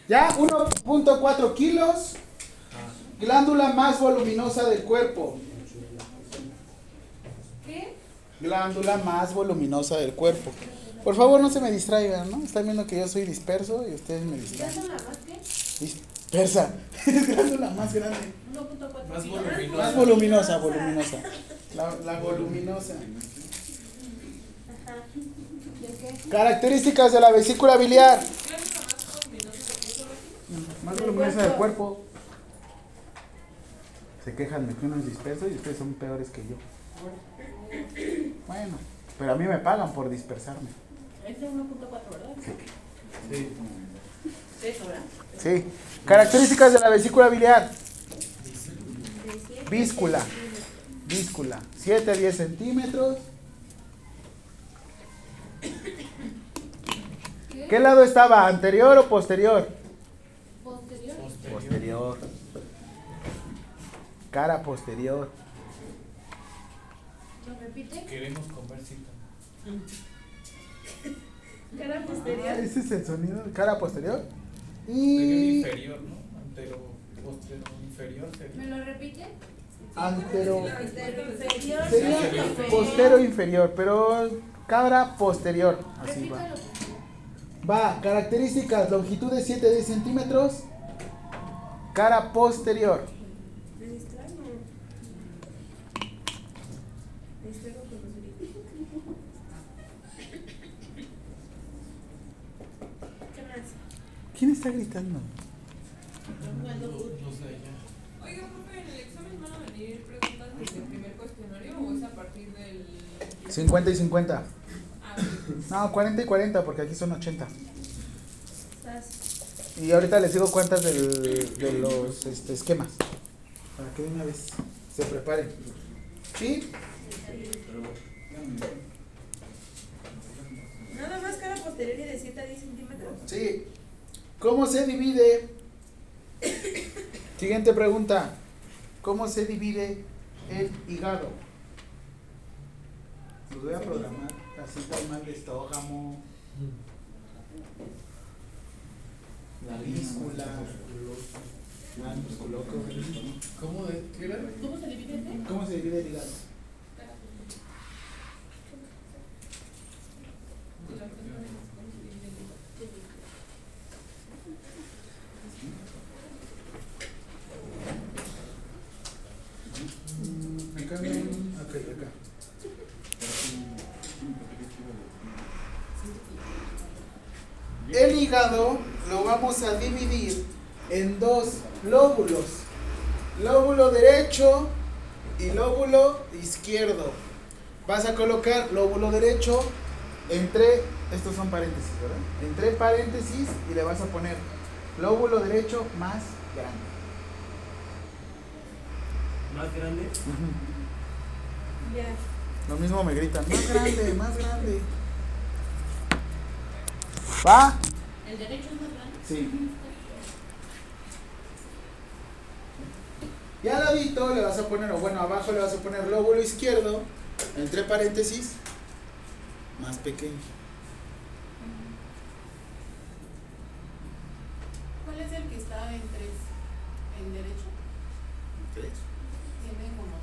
Ya, 1.4 kilos. Glándula más voluminosa del cuerpo. ¿Qué? Glándula más voluminosa del cuerpo. Por favor, no se me distraigan, ¿no? Están viendo que yo soy disperso y ustedes me distraen. ¿Glándula más qué? Dispersa. Es glándula más grande. 1.4 Más kilos. voluminosa. Más voluminosa, voluminosa. La voluminosa. Ajá. ¿De qué? Características de la vesícula biliar. Más Del voluminosa del cuerpo. cuerpo. Se quejan de que uno es disperso y ustedes son peores que yo. Bueno, pero a mí me pagan por dispersarme. Es de 1.4, ¿verdad? Sí. Eso, ¿verdad? Sí. Características de la vesícula biliar. Víscula. Víscula. 7 a 10 centímetros. ¿Qué lado estaba? ¿Anterior o posterior? Posterior. Posterior. Cara posterior. ¿Lo repite? Queremos comer cita. Cara Ah, posterior. ese es el sonido. Cara posterior. Anterior Y inferior, ¿no? Antero, posterior, inferior ¿Me sería. lo repite? antero. Inferior. Sería postero inferior, pero cara posterior. Así va. Repítalo. Va, características, longitud de 7 a 10 centímetros. Cara posterior. Me distraigo. Me distraigo con los gritos. ¿Qué más? ¿Quién está gritando? No sé, ya. Oiga, profe, ¿en el examen van a venir preguntas desde el primer cuestionario o es a partir del...? 50 y 50. Ah, No, 40 y 40 porque aquí son 80. Estás. Y ahorita les digo cuántas de los esquemas. Para que de una vez se preparen. ¿Sí? Nada más cara posterior y de 7 a 10 centímetros. Sí. ¿Cómo se divide? Siguiente pregunta. ¿Cómo se divide el hígado? Los voy a programar. Casita mal de estómago. La víscula. ¿Cómo de qué era? ¿Cómo se divide este? ¿Cómo se divide el hígado? Acá, acá. El hígado lo vamos a dividir en dos lóbulos. Lóbulo derecho y lóbulo izquierdo. Vas a colocar lóbulo derecho entre, estos son paréntesis, ¿verdad? Entre paréntesis y le vas a poner lóbulo derecho más grande. ¿Más grande? Ya. Lo mismo me gritan, más grande, más grande. ¿Va? ¿El derecho es más grande? Sí. Y al ladito le vas a poner, o bueno, abajo le vas a poner lóbulo izquierdo, entre paréntesis, más pequeño. ¿Cuál es el que está en 3? ¿El derecho? ¿Tres? Tiene como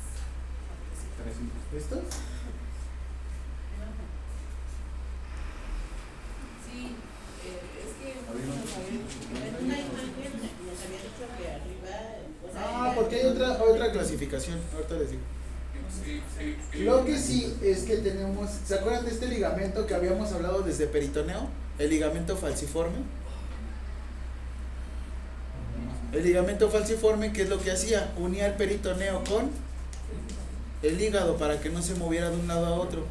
3. ¿Estos? Sí, es que no En una imagen nos había dicho que arriba, o sea, Ah, porque hay otra clasificación, ahorita les digo. Lo que sí es que tenemos, ¿se acuerdan de este ligamento que habíamos hablado desde peritoneo? El ligamento falciforme. El ligamento falciforme, ¿qué es lo que hacía? Unía el peritoneo con el hígado para que no se moviera de un lado a otro.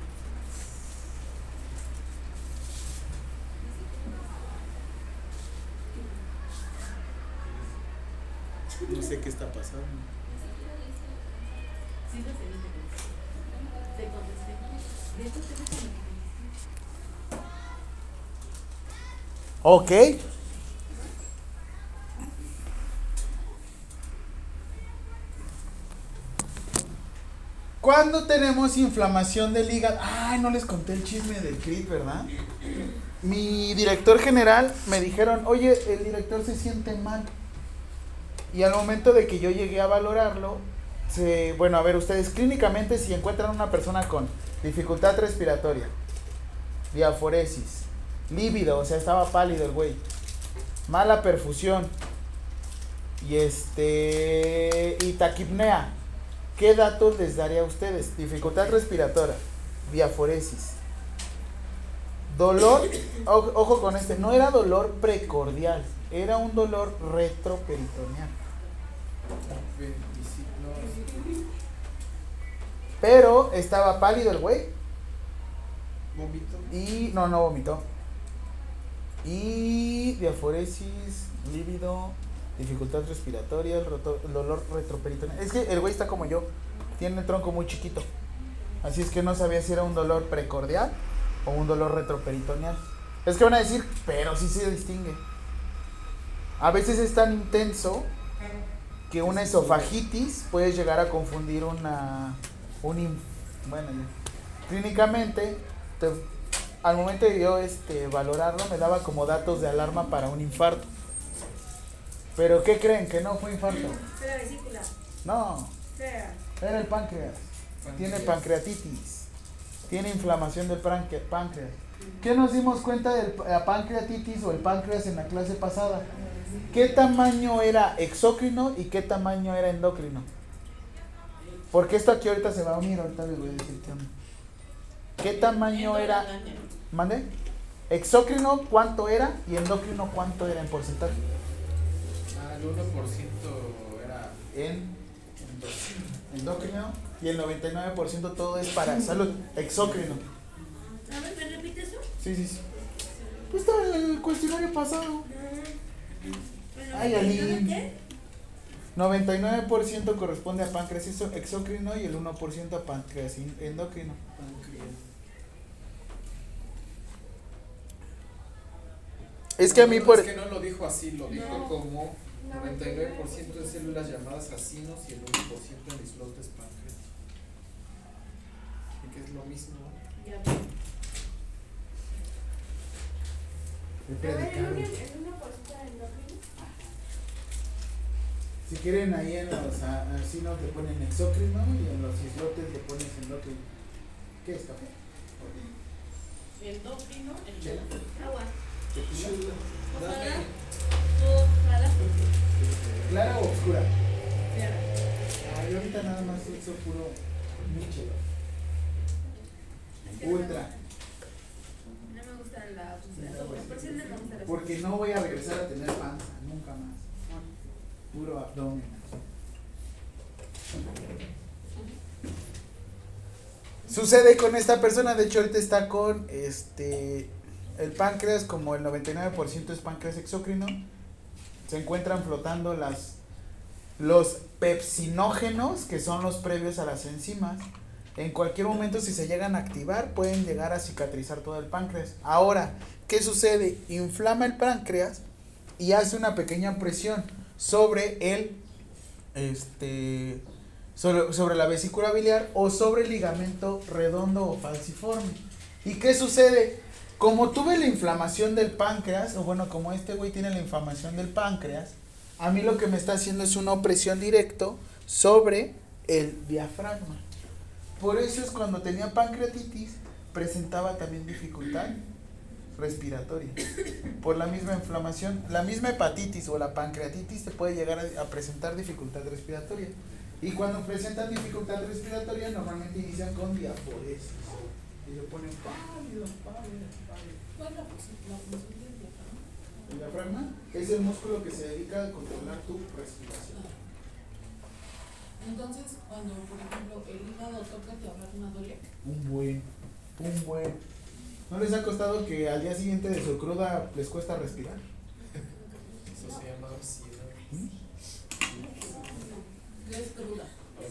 No sé qué está pasando. Sí, lo sé. Te contesté. De esto te gusta. Ok. Cuando tenemos inflamación del hígado. Ay, no les conté el chisme del CRIT, ¿verdad? mi director general me dijeron, oye, el director se siente mal. Y al momento de que yo llegué a valorarlo, bueno, a ver, ustedes clínicamente si encuentran una persona con dificultad respiratoria, diaforesis, lívido, o sea, estaba pálido el güey, mala perfusión y taquipnea, ¿qué datos les daría a ustedes? Dificultad respiratoria, diaforesis, dolor, ojo con no era dolor precordial, era un dolor retroperitoneal. Pero estaba pálido el güey. ¿Vomito? Y no vomitó. Y diaforesis, lívido, dificultad respiratoria, el dolor retroperitoneal. Es que el güey está como yo, tiene el tronco muy chiquito. Así es que no sabía si era un dolor precordial o un dolor retroperitoneal. Es que van a decir, pero sí se distingue. A veces es tan intenso que una esofagitis puede llegar a confundir bueno, clínicamente al momento de yo valorarlo me daba como datos de alarma para un infarto. Pero ¿qué creen? Que no fue infarto. Era vesícula. No, era el páncreas. Tiene pancreatitis. Tiene inflamación del páncreas. ¿Qué nos dimos cuenta de la pancreatitis o el páncreas en la clase pasada? ¿Qué tamaño era exócrino y qué tamaño era endocrino? Porque esto aquí ahorita se va a unir, ahorita les voy a decir qué onda. ¿Qué tamaño era? ¿Mande? Exócrino cuánto era y endocrino cuánto era en porcentaje. El 1% era En endocrino y el 99% todo es para salud. Exócrino. A ver, ¿me repite eso? Sí. Pues estaba en el cuestionario pasado. Ay, Aline. ¿Qué? 99% corresponde a páncreas exócrino y el 1% a páncreas endocrino. Es que a mí Es que no lo dijo así, lo dijo como 99% de células llamadas acinos y el 1% en islotes páncreas. Y que es lo mismo. Ya. Si quieren ahí en los acinos le ponen exócrino y en los islotes le pones endocrino. ¿Qué es café? Endocrino, Agua. Dame. ¿Clara o oscura? Clara. Yo ahorita nada más uso puro Michel. Ultra. No me gusta la porción de no me gusta la Porque no voy a regresar a tener panza, nunca más. Puro abdomen. Sucede con esta persona, de hecho ahorita está con el páncreas, como el 99% es páncreas exócrino, se encuentran flotando los pepsinógenos, que son los previos a las enzimas. En cualquier momento, si se llegan a activar, pueden llegar a cicatrizar todo el páncreas. Ahora, ¿qué sucede? Inflama el páncreas y hace una pequeña presión sobre sobre la vesícula biliar o sobre el ligamento redondo o falciforme. ¿Y qué sucede? Como tuve la inflamación del páncreas, o bueno, como este güey tiene la inflamación del páncreas, a mí lo que me está haciendo es una opresión directo sobre el diafragma. Por eso es cuando tenía pancreatitis, presentaba también dificultad respiratoria. Por la misma inflamación, la misma hepatitis o la pancreatitis te puede llegar a presentar dificultad respiratoria. Y cuando presentan dificultad respiratoria, normalmente inician con diaforesis. Y le ponen pálido. ¿Cuál es la función del diafragma? El diafragma es el músculo que se dedica a controlar tu respiración. Entonces, cuando, por ejemplo, el hígado toca el diafragma, ¿duele? Un buen. ¿No les ha costado que al día siguiente de su cruda les cuesta respirar? Eso se llama obesidad. ¿Qué es cruda?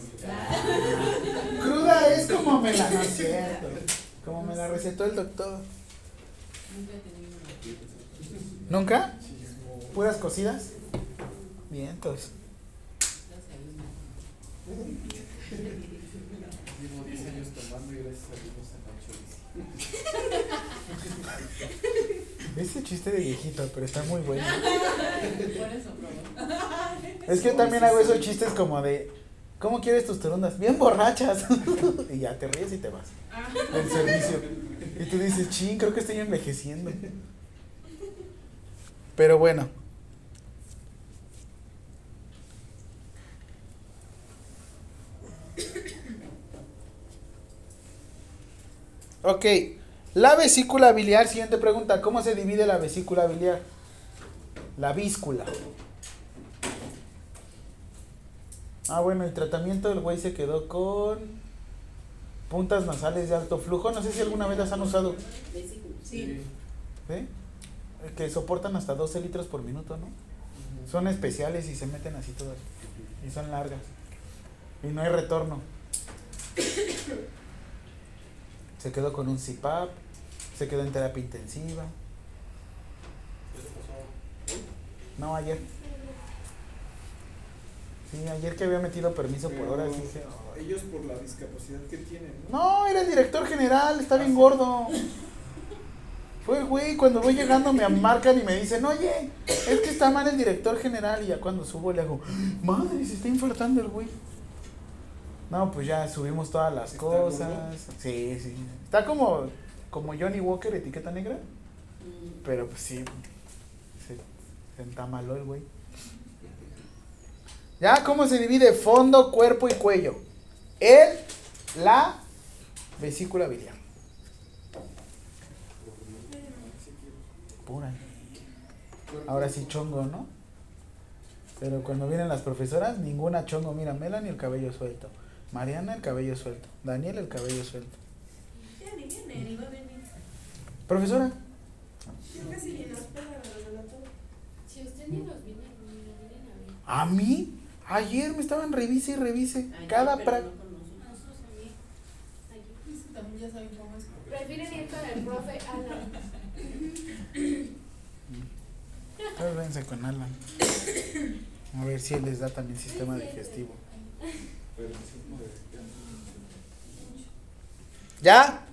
Cruda es como me la, no es cierto, como me la recetó el doctor. Nunca he tenido una. ¿Nunca? Chismo. ¿Puras cocidas? Vientos. Gracias a Dios, no. Llevo 10 años tomando y gracias a Dios no se me ha hecho Ese chiste de viejito, pero está muy bueno. Por eso, profe. Es que yo también hago esos chistes como de, ¿cómo quieres tus turundas? Bien borrachas. Y ya te ríes y te vas del servicio. Y tú dices, ching, creo que estoy envejeciendo. Pero bueno. Ok, la vesícula biliar, siguiente pregunta, ¿cómo se divide la vesícula biliar? La víscula. Ah, bueno, el tratamiento del güey se quedó con puntas nasales de alto flujo, no sé si alguna vez las han usado. Sí. ¿Sí? Que soportan hasta 12 litros por minuto, ¿no? Son especiales y se meten así todas. Y son largas. Y no hay retorno. Se quedó con un CPAP, se quedó en terapia intensiva. No, ayer. Sí, ayer que había metido permiso por horas, dije. Ellos por la discapacidad que tienen, ¿no? No, era el director general, está bien gordo. Fue el güey, cuando voy llegando me marcan y me dicen, oye, es que está mal el director general. Y ya cuando subo le hago, madre, se está infartando el güey. No, pues ya subimos todas las cosas. Sí, sí. Está como Johnny Walker, etiqueta negra. Pero pues sí, se entamaló el güey. Ya, ¿cómo se divide fondo, cuerpo y cuello? La vesícula biliar. Pura. Ahora sí chongo, ¿no? Pero cuando vienen las profesoras, ninguna chongo. Mira, Melanie el cabello suelto. Mariana el cabello suelto. Daniel el cabello suelto. Ya ni viene, ni va a venir. Profesora. Yo casi ni nos pega la relatora. Si usted ni los viene a ver. ¿A mí? Ayer me estaban revise y revise. Ay, Cada pero práctica. no con nosotros. Nosotros también. Aquí. También ya saben cómo es. Prefieren ir con el profe Alan. Vénse con Alan. A ver si él les da también sistema digestivo. Pero sí, no, ¿Ya?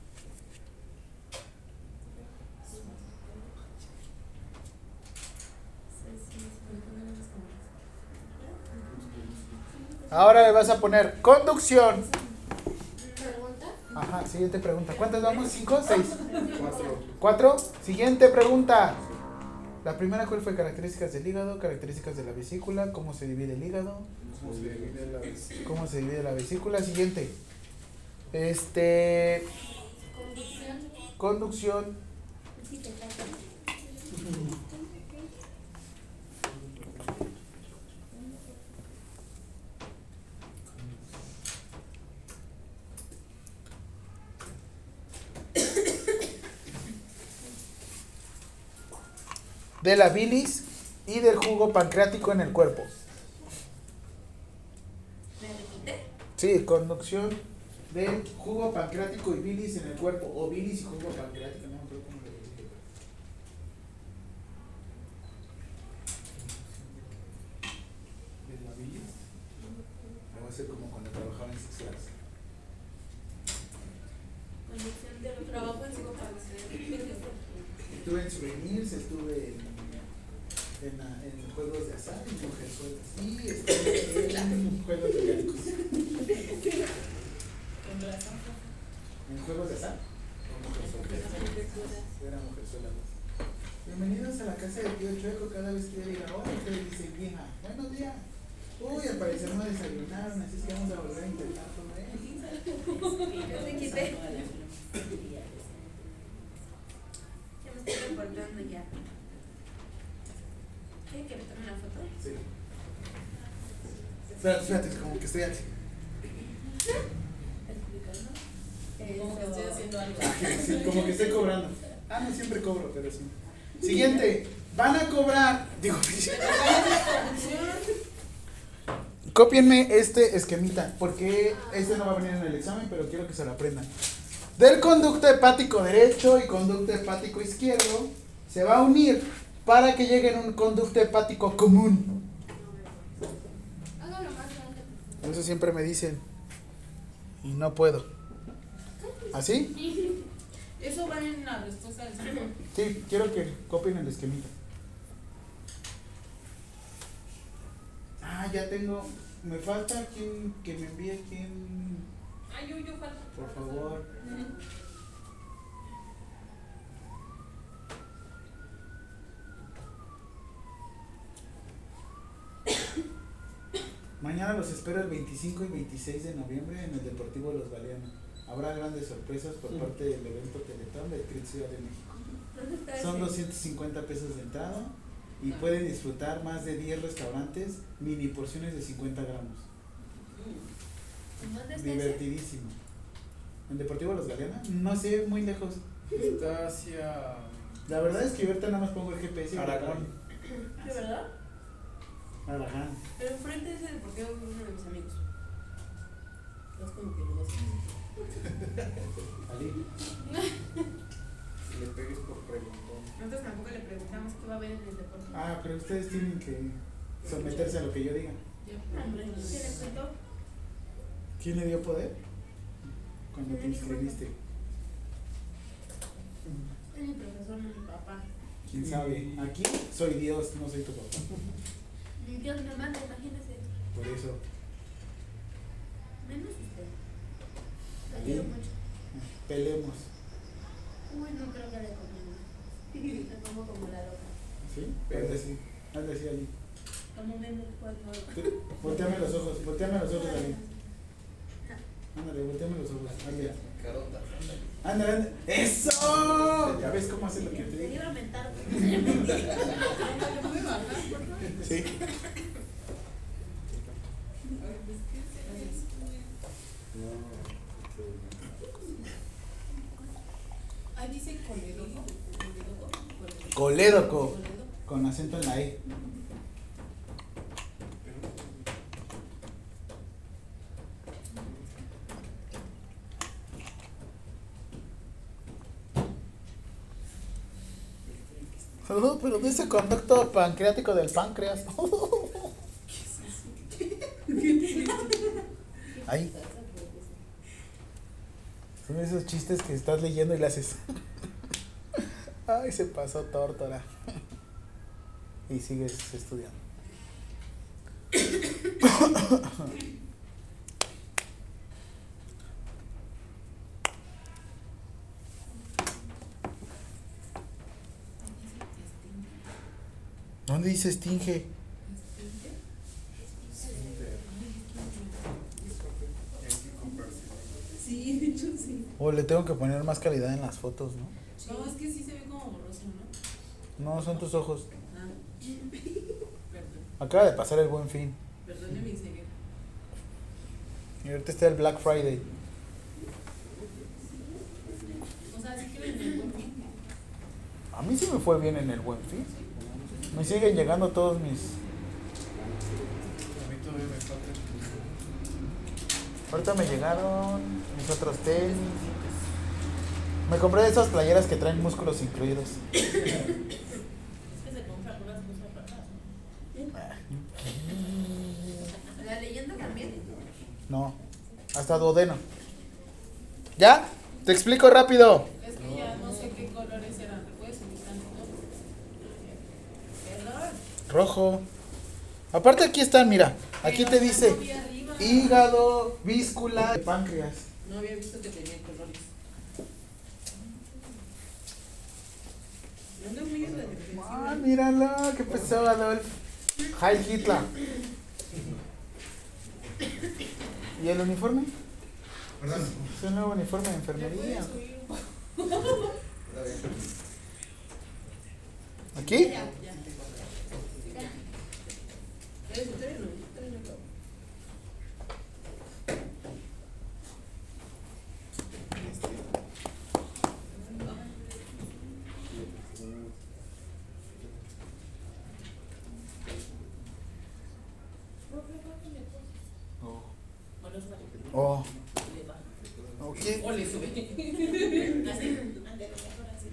Ahora le vas a poner conducción. ¿Pregunta? Ajá, siguiente pregunta. ¿Cuántas vamos? ¿5? ¿6? 4. 4. Siguiente pregunta. La primera, ¿cuál fue? Características del hígado, características de la vesícula, cómo se divide el hígado, ¿Cómo se divide la vesícula? cómo se divide la vesícula. Siguiente. Conducción. Conducción. Sí, te trata. De la bilis y del jugo pancreático en el cuerpo. ¿Me repite? Sí, conducción del jugo pancreático y bilis en el cuerpo. O bilis y jugo pancreático, no me acuerdo cómo le dije. ¿De la bilis? Me voy a hacer como cuando trabajaba en Six Flags. Conducción de los Trabajo en psicopancia. Estuve en souvenirs, estuve en juegos de azar y mujerzuelas. Y estuve en juegos de gatos. Con razón. ¿En juegos de azar? Era mujerzuela. Bienvenidos a la casa del tío Chueco. Cada vez que yo diga hola, ustedes dicen vieja. Buenos días. Uy, al parecer no desayunaron, así es que vamos a volver a intentarlo, Yo me quité. Ya me estoy reportando ya. ¿Qué? ¿Que me tome la foto? Sí. Espérate, como que estoy aquí. Como que estoy haciendo algo. Sí, como que estoy cobrando. Ah, no siempre cobro, pero sí. Siguiente. Van a cobrar. Digo, cópienme este esquemita, porque este no va a venir en el examen, pero quiero que se lo aprendan. Del conducto hepático derecho y conducto hepático izquierdo se va a unir para que llegue en un conducto hepático común. Hágalo más grande. Eso siempre me dicen. Y no puedo. ¿Así? Eso va en la respuesta del esquema. Sí, quiero que copien el esquemita. Ah, ya tengo. Me falta quien que me envíe quien. Ay, yo falta. Por favor. Mañana los espero el 25 y 26 de noviembre en el Deportivo Los Galeanos. Habrá grandes sorpresas por parte del evento Teletón del CRIT Ciudad de México. ¿Dónde está Son ese? 250 pesos de entrada y pueden disfrutar más de 10 restaurantes, mini porciones de 50 gramos. ¿En dónde está ese? Divertidísimo. ¿En Deportivo Los Galeanos? No sé, muy lejos. Está hacia La verdad es que ahorita nada más pongo el GPS. y Aragón. ¿De verdad? Aragón. Pero enfrente de ese deportivo vive uno de mis amigos. No es como que lo vas Ali. Si le pegues por preguntón. Nosotros tampoco le preguntamos qué va a haber en el deportivo. Ah, pero ustedes tienen que someterse a lo que yo diga. Hombre, ¿qué le cuento? ¿Quién le dio poder? Cuando te inscribiste. Es mi profesor, no mi papá. ¿Quién sabe? Aquí soy Dios, no soy tu papá. Dios me manda, imagínese. Por eso. Menos usted. La Ali. quiero mucho. Peleemos. Uy, no creo que le convenga. Me pongo como la loca. ¿Sí? Hazle así. Hazle así, Ali. Como ven el cuerpo. Volteame los ojos, Ali. Ándale, volteame los ojos. Hazle. Carota. Ándale, ándale. ¡Eso! ¿Ya ves cómo hace lo que te Te digo? iba a mentar. ¿Le puede bajar, por favor? Sí. Ay, pues, ¿qué es eso? Ahí dice Coledoco. Colédoco. Con acento en la E. Pero dice conducto pancreático del páncreas. Ahí. Son esos chistes que estás leyendo y le haces. Ay, se pasó tórtora. Y sigues estudiando. ¿Dónde dice estinge? Sí, de hecho sí. O le tengo que poner más calidad en las fotos, ¿no? No, es que sí se ve como borroso, ¿no? No, son tus ojos. Ah, perdón. Acaba de pasar el Buen Fin. Perdone mi ceguera. Y ahorita está el Black Friday. O sea, sí que ven el Buen Fin. A mí sí me fue bien en el Buen Fin. Me siguen llegando todos mis... A mí todavía me falta. Ahorita me llegaron mis otros tenis. Me compré de esas playeras que traen músculos incluidos. Es que se compra puras cosas raras. La leyenda también. No, hasta duodeno. ¿Ya? Te explico rápido. Es que ya no sé qué colores eran. ¿Te puedes subir tantito? Perdón. Rojo. Aparte aquí están, mira. Aquí te dice No vi arriba. hígado, víscula, páncreas. No había visto que tenía colores. No le humilles la defensiva. Ah, míralo, qué pesado, Adolf. Heil Hitler. ¿Y el uniforme? Es un nuevo uniforme de ¿Me enfermería. puedes subir un poco? Está bien. ¿Aquí? Ya. Tráelo, tráelo. Oh. Ok. O le sube. Así, ándale, mejor así,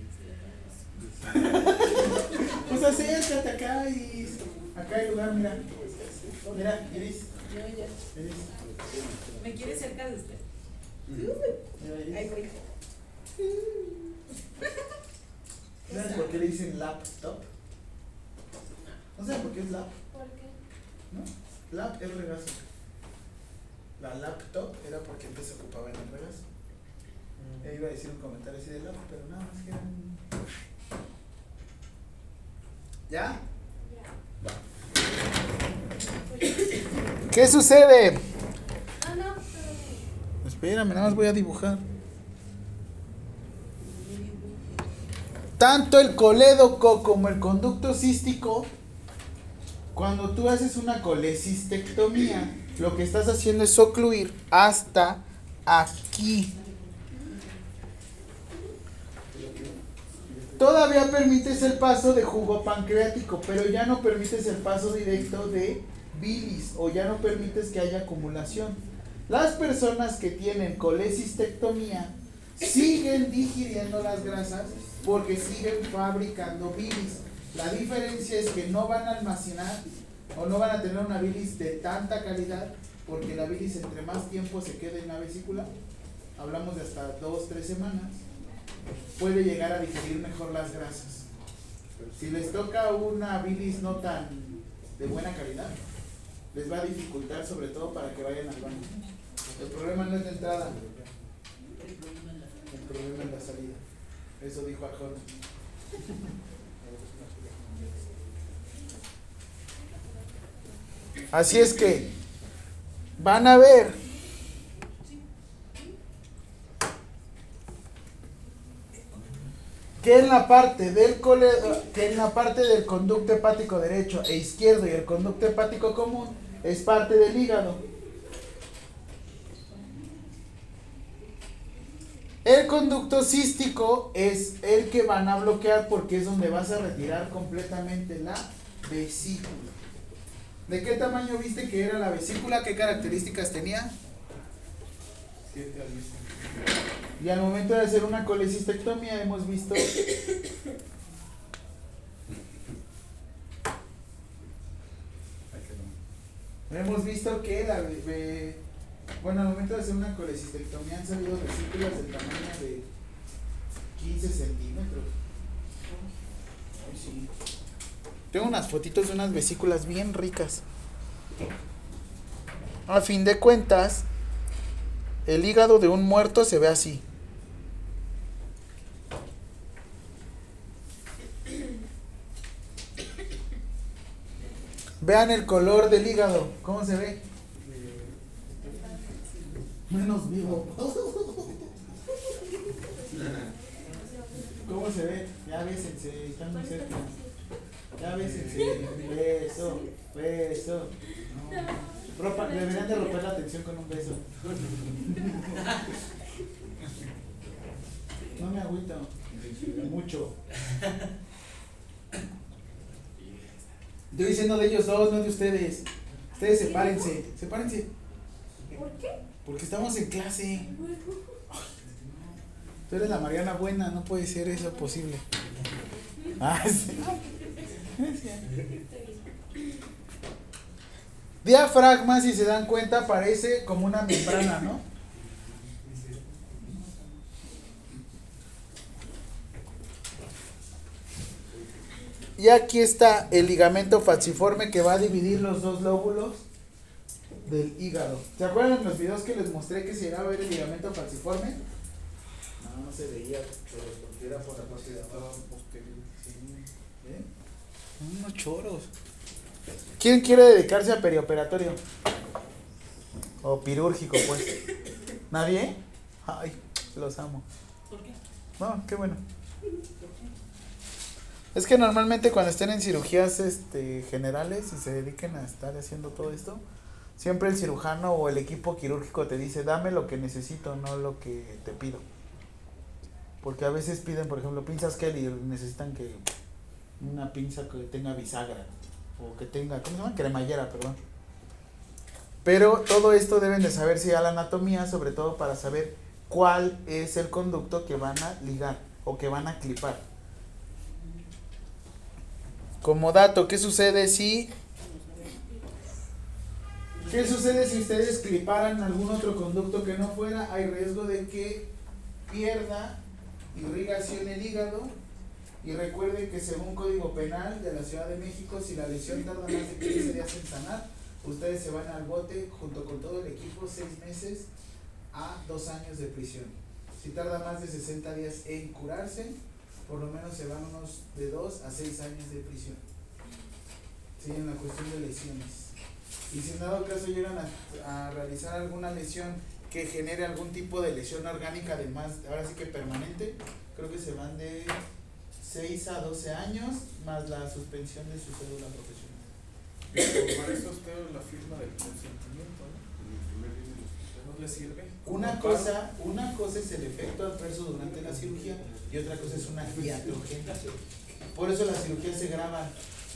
Pues acércate acá y acá hay lugar, mira. Mira, Iris. Iris. ¿Me quieres cerca de usted? Mira, Iris. Ahí voy. ¿Saben por qué le dicen laptop? ¿No saben por qué es lap? ¿Por qué? ¿No? Lap es regazo. La laptop era porque antes se ocupaba en el regazo. Iba a decir un comentario así de lap, pero nada más que era un... ¿Ya? ¿Qué sucede? Ah, no, Espérame, nada más voy a dibujar. Tanto el colédoco como el conducto cístico, cuando tú haces una colecistectomía, lo que estás haciendo es ocluir hasta aquí. Todavía permites el paso de jugo pancreático, pero ya no permites el paso directo de bilis o ya no permites que haya acumulación. Las personas que tienen colecistectomía siguen digiriendo las grasas porque siguen fabricando bilis. La diferencia es que no van a almacenar o no van a tener una bilis de tanta calidad porque la bilis entre más tiempo se quede en la vesícula, hablamos de hasta 2-3 semanas, puede llegar a digerir mejor las grasas. Si les toca una bilis no tan de buena calidad, les va a dificultar sobre todo para que vayan al baño. El problema no es la entrada, el problema es la salida. Eso dijo Arjona. Así es que van a ver que en la parte del conducto hepático derecho e izquierdo y el conducto hepático común es parte del hígado. El conducto cístico es el que van a bloquear porque es donde vas a retirar completamente la vesícula. ¿De qué tamaño viste que era la vesícula? ¿Qué características tenía? 7 a 10. Y al momento de hacer una colecistectomía hemos visto que al momento de hacer una colecistectomía han salido vesículas del tamaño de 15 centímetros. Ay, sí. Tengo unas fotitos de unas vesículas bien ricas. A fin de cuentas, el hígado de un muerto se ve así. Vean el color del hígado, ¿cómo se ve? Menos vivo. ¿Cómo se ve? Ya bésense, están muy cerca. Ya bésense. Beso, beso. No. Deberían de romper la tensión con un beso. No me agüito. Mucho. Estoy diciendo de ellos dos, no de ustedes. Ustedes sepárense. Sepárense. ¿por qué? Porque estamos en clase. Tú eres la Mariana buena, no puede ser eso posible. Ah, sí. Diafragma, si se dan cuenta, parece como una membrana, ¿no? Y aquí está el ligamento falciforme que va a dividir los dos lóbulos del hígado. ¿Se acuerdan los videos que les mostré que se llegaba a ver el ligamento falciforme? No se veía, pero porque era por la parte de abajo. ¿Eh? Son unos choros. ¿Quién quiere dedicarse a perioperatorio? O quirúrgico, pues. ¿Nadie? Ay, los amo. ¿Por qué? No, qué bueno. Es que normalmente cuando estén en cirugías generales y se dediquen a estar haciendo todo esto, siempre el cirujano o el equipo quirúrgico te dice, dame lo que necesito, no lo que te pido. Porque a veces piden, por ejemplo, pinzas Kelly y necesitan que una pinza que tenga bisagra o que tenga, ¿cómo se llama? Cremallera, perdón. Pero todo esto deben de saber si a la anatomía, sobre todo para saber cuál es el conducto que van a ligar o que van a clipar. Como dato, ¿qué sucede si ustedes cliparan algún otro conducto que no fuera? Hay riesgo de que pierda irrigación el hígado. Y recuerden que según Código Penal de la Ciudad de México, si la lesión tarda más de 15 días en sanar, ustedes se van al bote junto con todo el equipo 6 meses a 2 años de prisión. Si tarda más de 60 días en curarse, por lo menos se van unos de 2 a 6 años de prisión. Sí, en la cuestión de lesiones. Y si en dado caso llegan a realizar alguna lesión que genere algún tipo de lesión orgánica, además, ahora sí que permanente, creo que se van de 6 a 12 años más la suspensión de su cédula profesional. Pero para eso ustedes la firma del consentimiento, ¿no? ¿No le sirve? Una cosa es el efecto adverso durante la cirugía y otra cosa es una iatrogénesis. Por eso las cirugías se graban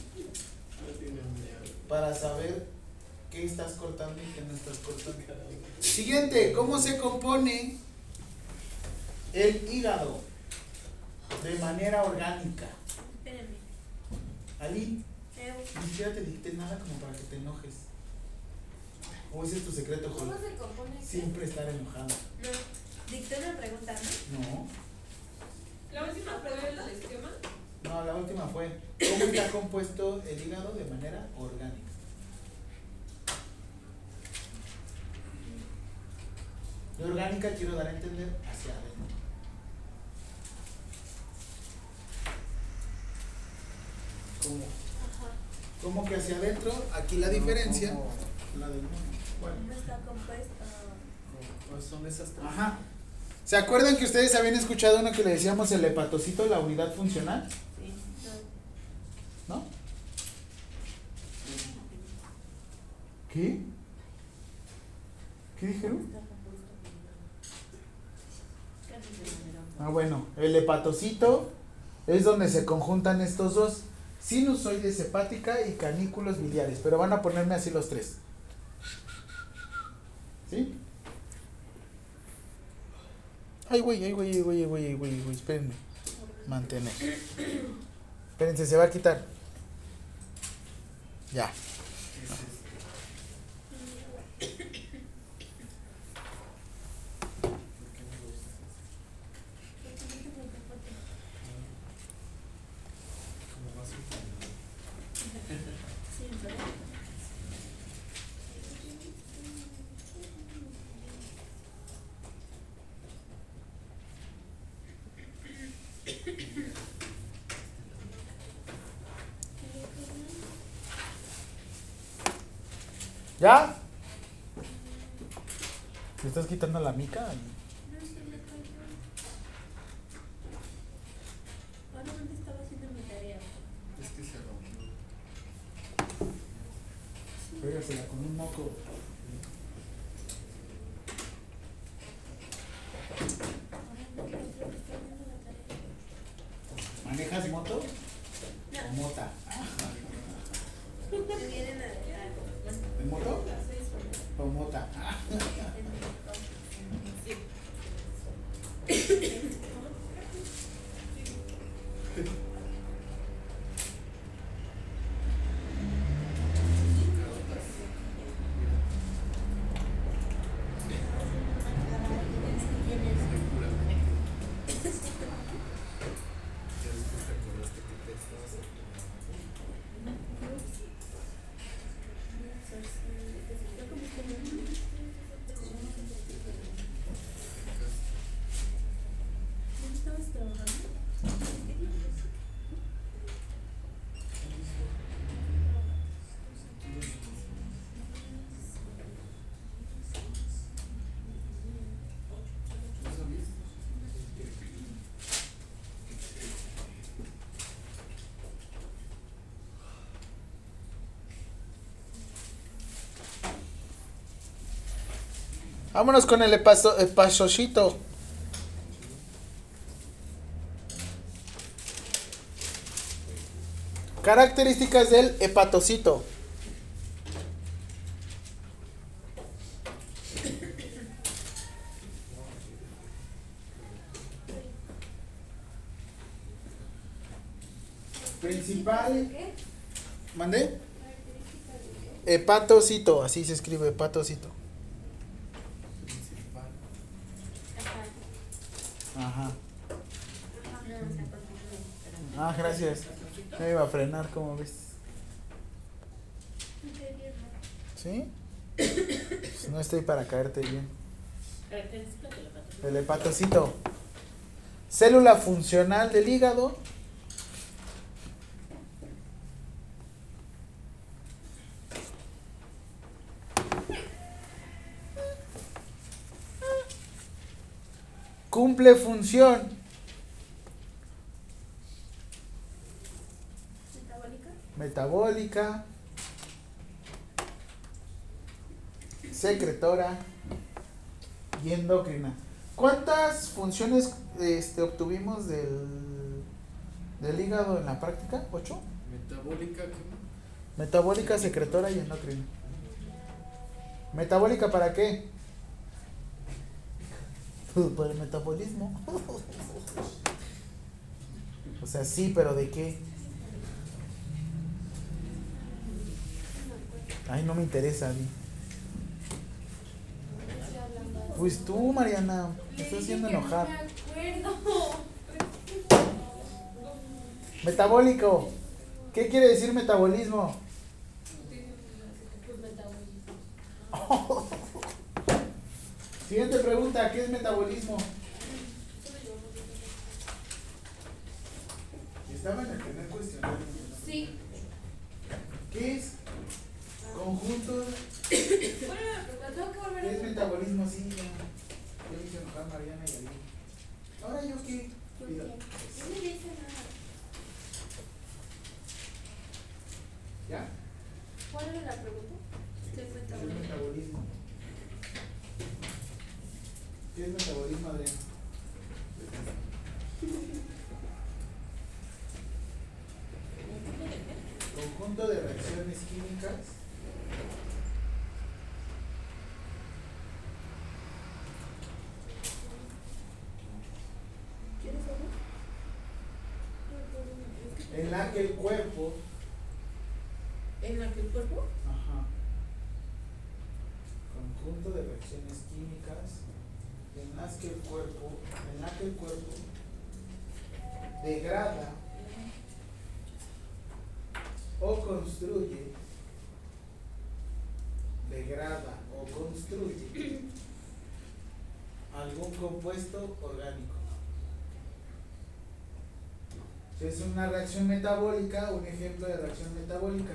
para saber qué estás cortando y qué no estás cortando. Siguiente, ¿cómo se compone el hígado de manera orgánica? Espérenme. Ali, ni siquiera te dicté nada como para que te enojes. ¿O ese es tu secreto, ¿Cómo Jorge? se compone? Siempre estar enojado. No, dicté una pregunta, ¿no? No, La última fue la del esquema. no, la última fue, ¿cómo está compuesto el hígado de manera orgánica? De orgánica quiero dar a entender hacia adentro. ¿Cómo? Ajá. ¿Cómo que hacia adentro? Aquí la diferencia. ¿Cómo? La del mono. Bueno. No está compuesto. ¿Cómo son esas tres? Ajá. ¿Se acuerdan que ustedes habían escuchado uno que le decíamos el hepatocito, la unidad funcional? Sí. ¿No? ¿Qué? ¿Qué dijeron? Está compuesto. Ah, bueno, el hepatocito es donde se conjuntan estos dos, sinusoides hepática y canículos biliares, pero van a ponerme así los tres. ¿Sí? Ay, güey, espérenme. Mantener. Espérense, se va a quitar. Ya. ¿Qué es esto? ¿Por qué no lo usas así? Como más útil. Sí, ¿verdad? ¿Ya? ¿Me estás quitando la mica? No, sí, le cayó. Ahora, ¿dónde estaba haciendo mi tarea? Es que se rompió. Pégasela con un moco. Ahora no creo que estoy haciendo la tarea. ¿Manejas moto? ¿O No, mota? me vienen a dejar. ¿De moto? ¿O mota? Ya después te acordaste que te estabas ¿Dónde estabas trabajando? ¿No sabías? Vámonos con el hepatocito. Características del hepatocito. Principal. ¿Qué? ¿Mandé? Hepatocito, así se escribe, hepatocito. Principal. Ajá. Ajá. Ah, gracias. Me iba a frenar, ¿cómo ves? ¿Sí? Pues no estoy para caerte bien. Características del hepatocito. El hepatocito. Célula funcional del hígado. Cumple función metabólica, secretora y endocrina. ¿Cuántas funciones obtuvimos del hígado en la práctica? ¿8? Metabólica, ¿qué más? Metabólica, secretora y endocrina. ¿Metabólica para qué? Para el metabolismo. O sea, sí, pero ¿de qué? Ay, no me interesa, Di. Pues tú, Mariana, me estás haciendo enojar. Metabólico. ¿Qué quiere decir metabolismo? Siguiente pregunta, ¿qué es metabolismo? Estaba en el primer cuestionario. Sí. ¿Qué es? Conjunto. Bueno, la tengo que volver ¿Qué a es metabolismo? Sí, ya. Yo hice enojar a Mariana y a mí. Ahora yo qué. ¿Por qué? No me dice nada. ¿Ya? ¿Cuál era la pregunta? ¿Qué es ¿Qué es metabolismo? metabolismo? ¿Qué es metabolismo, Adrián? Conjunto de reacciones químicas ¿Quieres saber? en la que el cuerpo, ¿En la que el cuerpo? ajá, conjunto de reacciones químicas en la que el cuerpo degrada o construye algún compuesto orgánico. Si es una reacción metabólica, un ejemplo de reacción metabólica.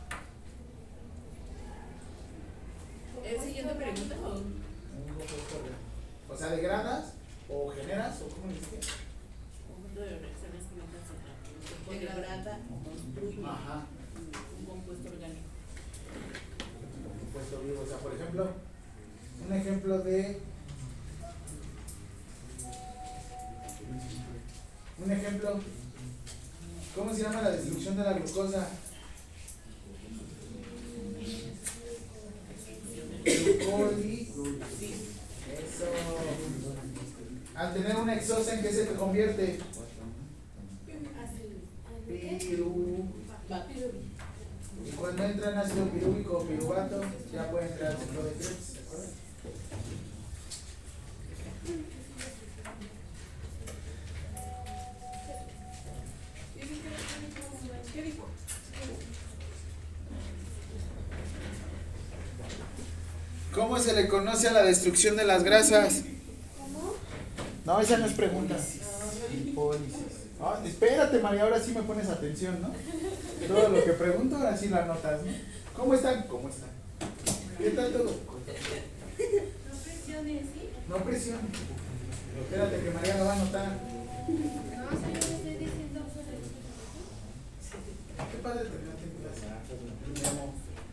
¿Es siguiente pregunta o? Un compuesto orgánico. O sea, degradas o generas, o ¿cómo le dices? Conjunto de reacciones químicas en la que el cuerpo degrada o construye Ajá. un compuesto orgánico. Compuesto vivo. O sea, por ejemplo, un ejemplo de. Un ejemplo. ¿Cómo se llama la destrucción de la glucosa? Glucólisis. Eso. Al tener una exosa, ¿en qué se convierte? Piruvato. Y cuando entra en ácido pirúvico o piruvato, ya puede entrar el ciclo de Krebs, ¿de acuerdo? ¿Qué dijo? ¿Cómo se le conoce a la destrucción de las grasas? ¿Cómo? No, esa no es pregunta. Lipólisis. Ah, espérate, María, ahora sí me pones atención, ¿no? Todo lo que pregunto, ahora sí lo anotas, ¿no? ¿Cómo están? ¿Cómo están? ¿Qué tal todo? No presiones, ¿sí? No presiones. Espérate que María lo va a anotar. No, o sea, yo le estoy diciendo sobre el Qué padre terminarte en clase. Memo.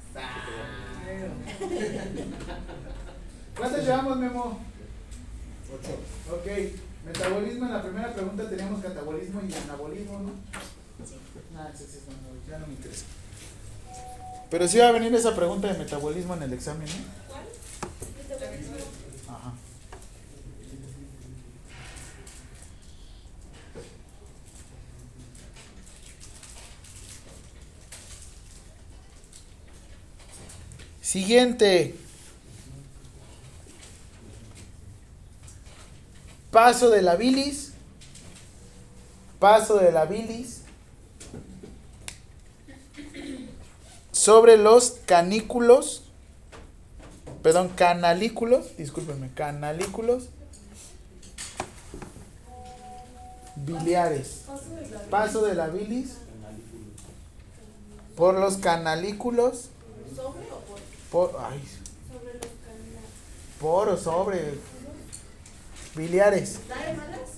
¿Cuántos llevamos, Memo? 8. Ok. Metabolismo, en la primera pregunta teníamos catabolismo y anabolismo, ¿no? Sí. Ya no me interesa. Pero sí va a venir esa pregunta de metabolismo en el examen, ¿no? ¿Cuál? Metabolismo. Ajá. Siguiente. Paso de la bilis sobre los canículos, perdón, canalículos, discúlpenme, canalículos biliares. Paso de la bilis por los canalículos. ¿Sobre o por? Ay, Sobre los canales. por o sobre biliares. ¿Da de malas?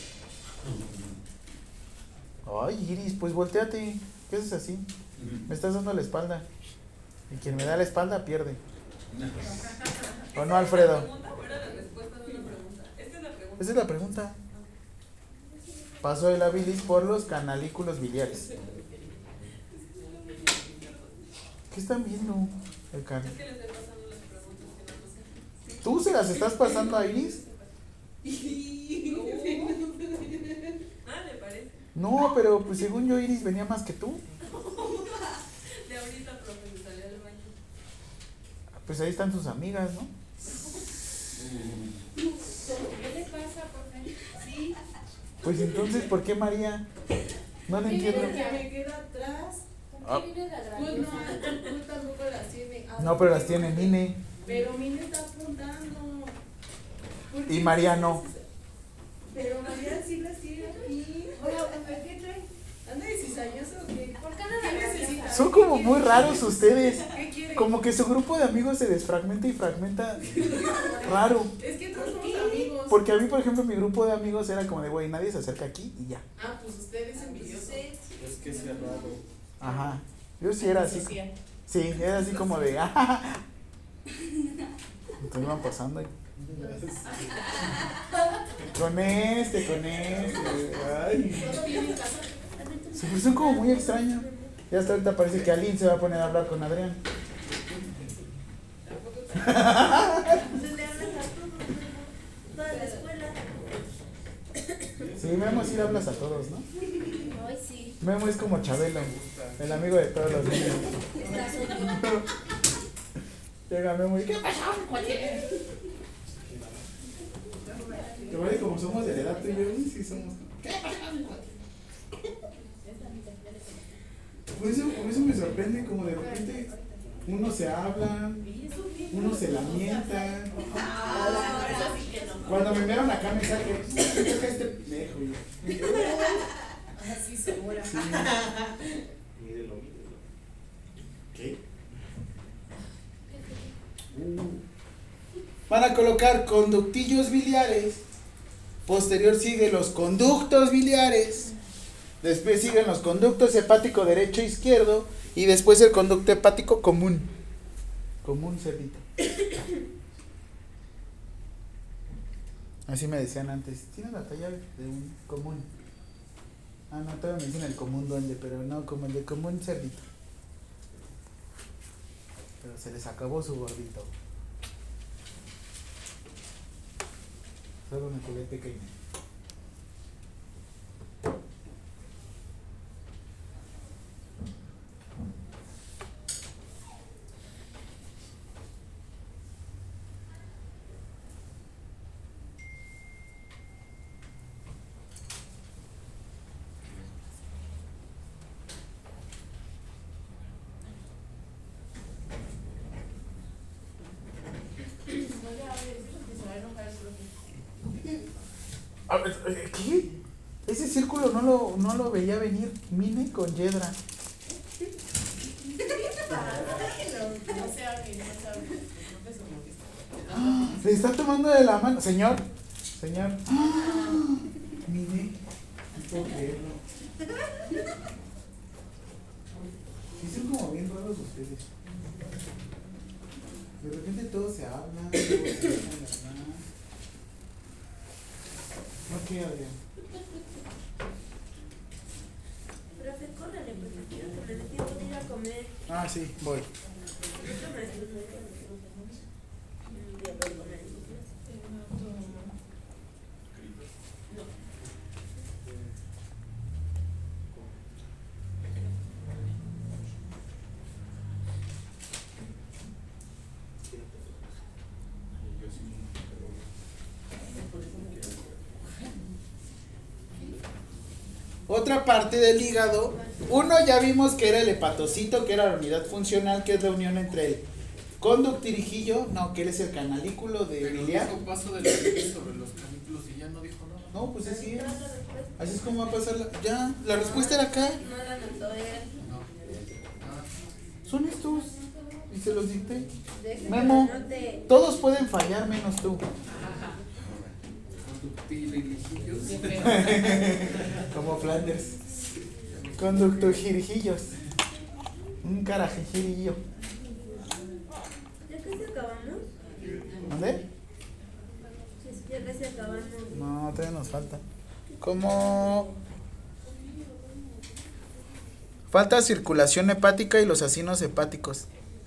Ay, Iris, pues volteate. ¿Qué haces así? Me estás dando la espalda. Y quien me da la espalda pierde. ¿O no, Alfredo? ¿Pregunta o era la respuesta de una pregunta? Esta es la pregunta. Esa es la pregunta. Paso de la bilis por los canalículos biliares. ¿Qué están viendo? El can... Es que le estoy pasando las preguntas que no sé. ¿Tú se las estás pasando a Iris? Ah, ¿le parece? No, pero pues según yo Iris venía más que tú. De ahorita, profe, me salió del baño. Pues ahí están tus amigas, ¿no? ¿Qué le pasa, profe? Sí. Pues entonces, ¿por qué María? No lo entiendo. Porque me queda atrás. Ah. ¿Con qué viene la Pues no, grandiosa? tú tampoco las tienes. No, pero las tiene Mine. Pero Mine está apuntando. ¿Por qué Y María no. Pero María sí las tiene aquí. Oiga, profe, ¿qué trae? ¿Anda de cizañoso o qué? ¿Por qué no ¿Qué la necesitas? grandiosa? Son como muy raros ustedes. ¿Qué quiere? Como que su grupo de amigos se desfragmenta y fragmenta raro. Es que todos somos amigos. Porque a mí, por ejemplo, mi grupo de amigos era como de, güey, nadie se acerca aquí y ya. Ah, pues usted es envidioso. Es que es cerrado. Ajá. Yo sí era así. Social. Sí, era así como de, Entonces iban pasando y... Con este. Ay. ¿Todo bien en casa? Sí, pues son como muy extraños. Ya hasta ahorita parece que Aline se va a poner a hablar con Adrián. Pues le hablas a todos, toda la escuela. Sí, Memo sí le hablas a todos, ¿no? Ay, sí. Memo es como Chabelo, el amigo de todos los niños. Está solo. Llega Memo y ¿qué pasó? Te vale como somos de la edad tuya, sí somos. Por eso me sorprende como de repente unos se hablan, unos se lamentan. Cuando me vieron acá me saqué, ¿qué es este pendejo? Y yo, Así segura. sí. ¿Qué? Van a colocar conductillos biliares. Posterior sigue los conductos biliares. Después siguen los conductos hepático derecho e izquierdo. Y después el conducto hepático común. Común, cerdito. Así me decían antes. Tiene la talla de un común. Ah, no, todavía me dicen el común duende, pero no, como el de común cerdito. Pero se les acabó su gordito. Solo me quedé pequeño. No le hables, que se va a enojar el profe. A ver, ¿qué? Ese círculo no lo veía venir. Mine con Yedra. No se hable, no se hable. El profe se molesta. Le está tomando de la mano. Señor. Mine. No puedo creerlo. Sí, son como bien raros ustedes. De repente todos se hablan. Todos se hablan. Ok, Adrián. Profe, córrele, porque quiero que le dé tiempo de ir a comer. Ah, sí, voy. Otra parte del hígado Uno ya vimos que era el hepatocito, que era la unidad funcional, que es la unión entre el conductirijillo, no, que él es el canalículo de Pero biliar. dijo paso de la línea sobre los canículos y ya no dijo nada. No, pues así es. Así es como va a pasar ya, la respuesta era acá. No la anotó él. No. Ah, Son estos. Y se los dicté. Déjeme Memo, la anote. todos pueden fallar menos tú. conductilijillos. Como Flanders. Conductojirijillos. Un carajijirillo. ¿Ya casi acabamos? ¿Dónde? Sí, ya casi acabamos. No, todavía nos falta. ¿Cómo? Falta circulación hepática y los acinos hepáticos.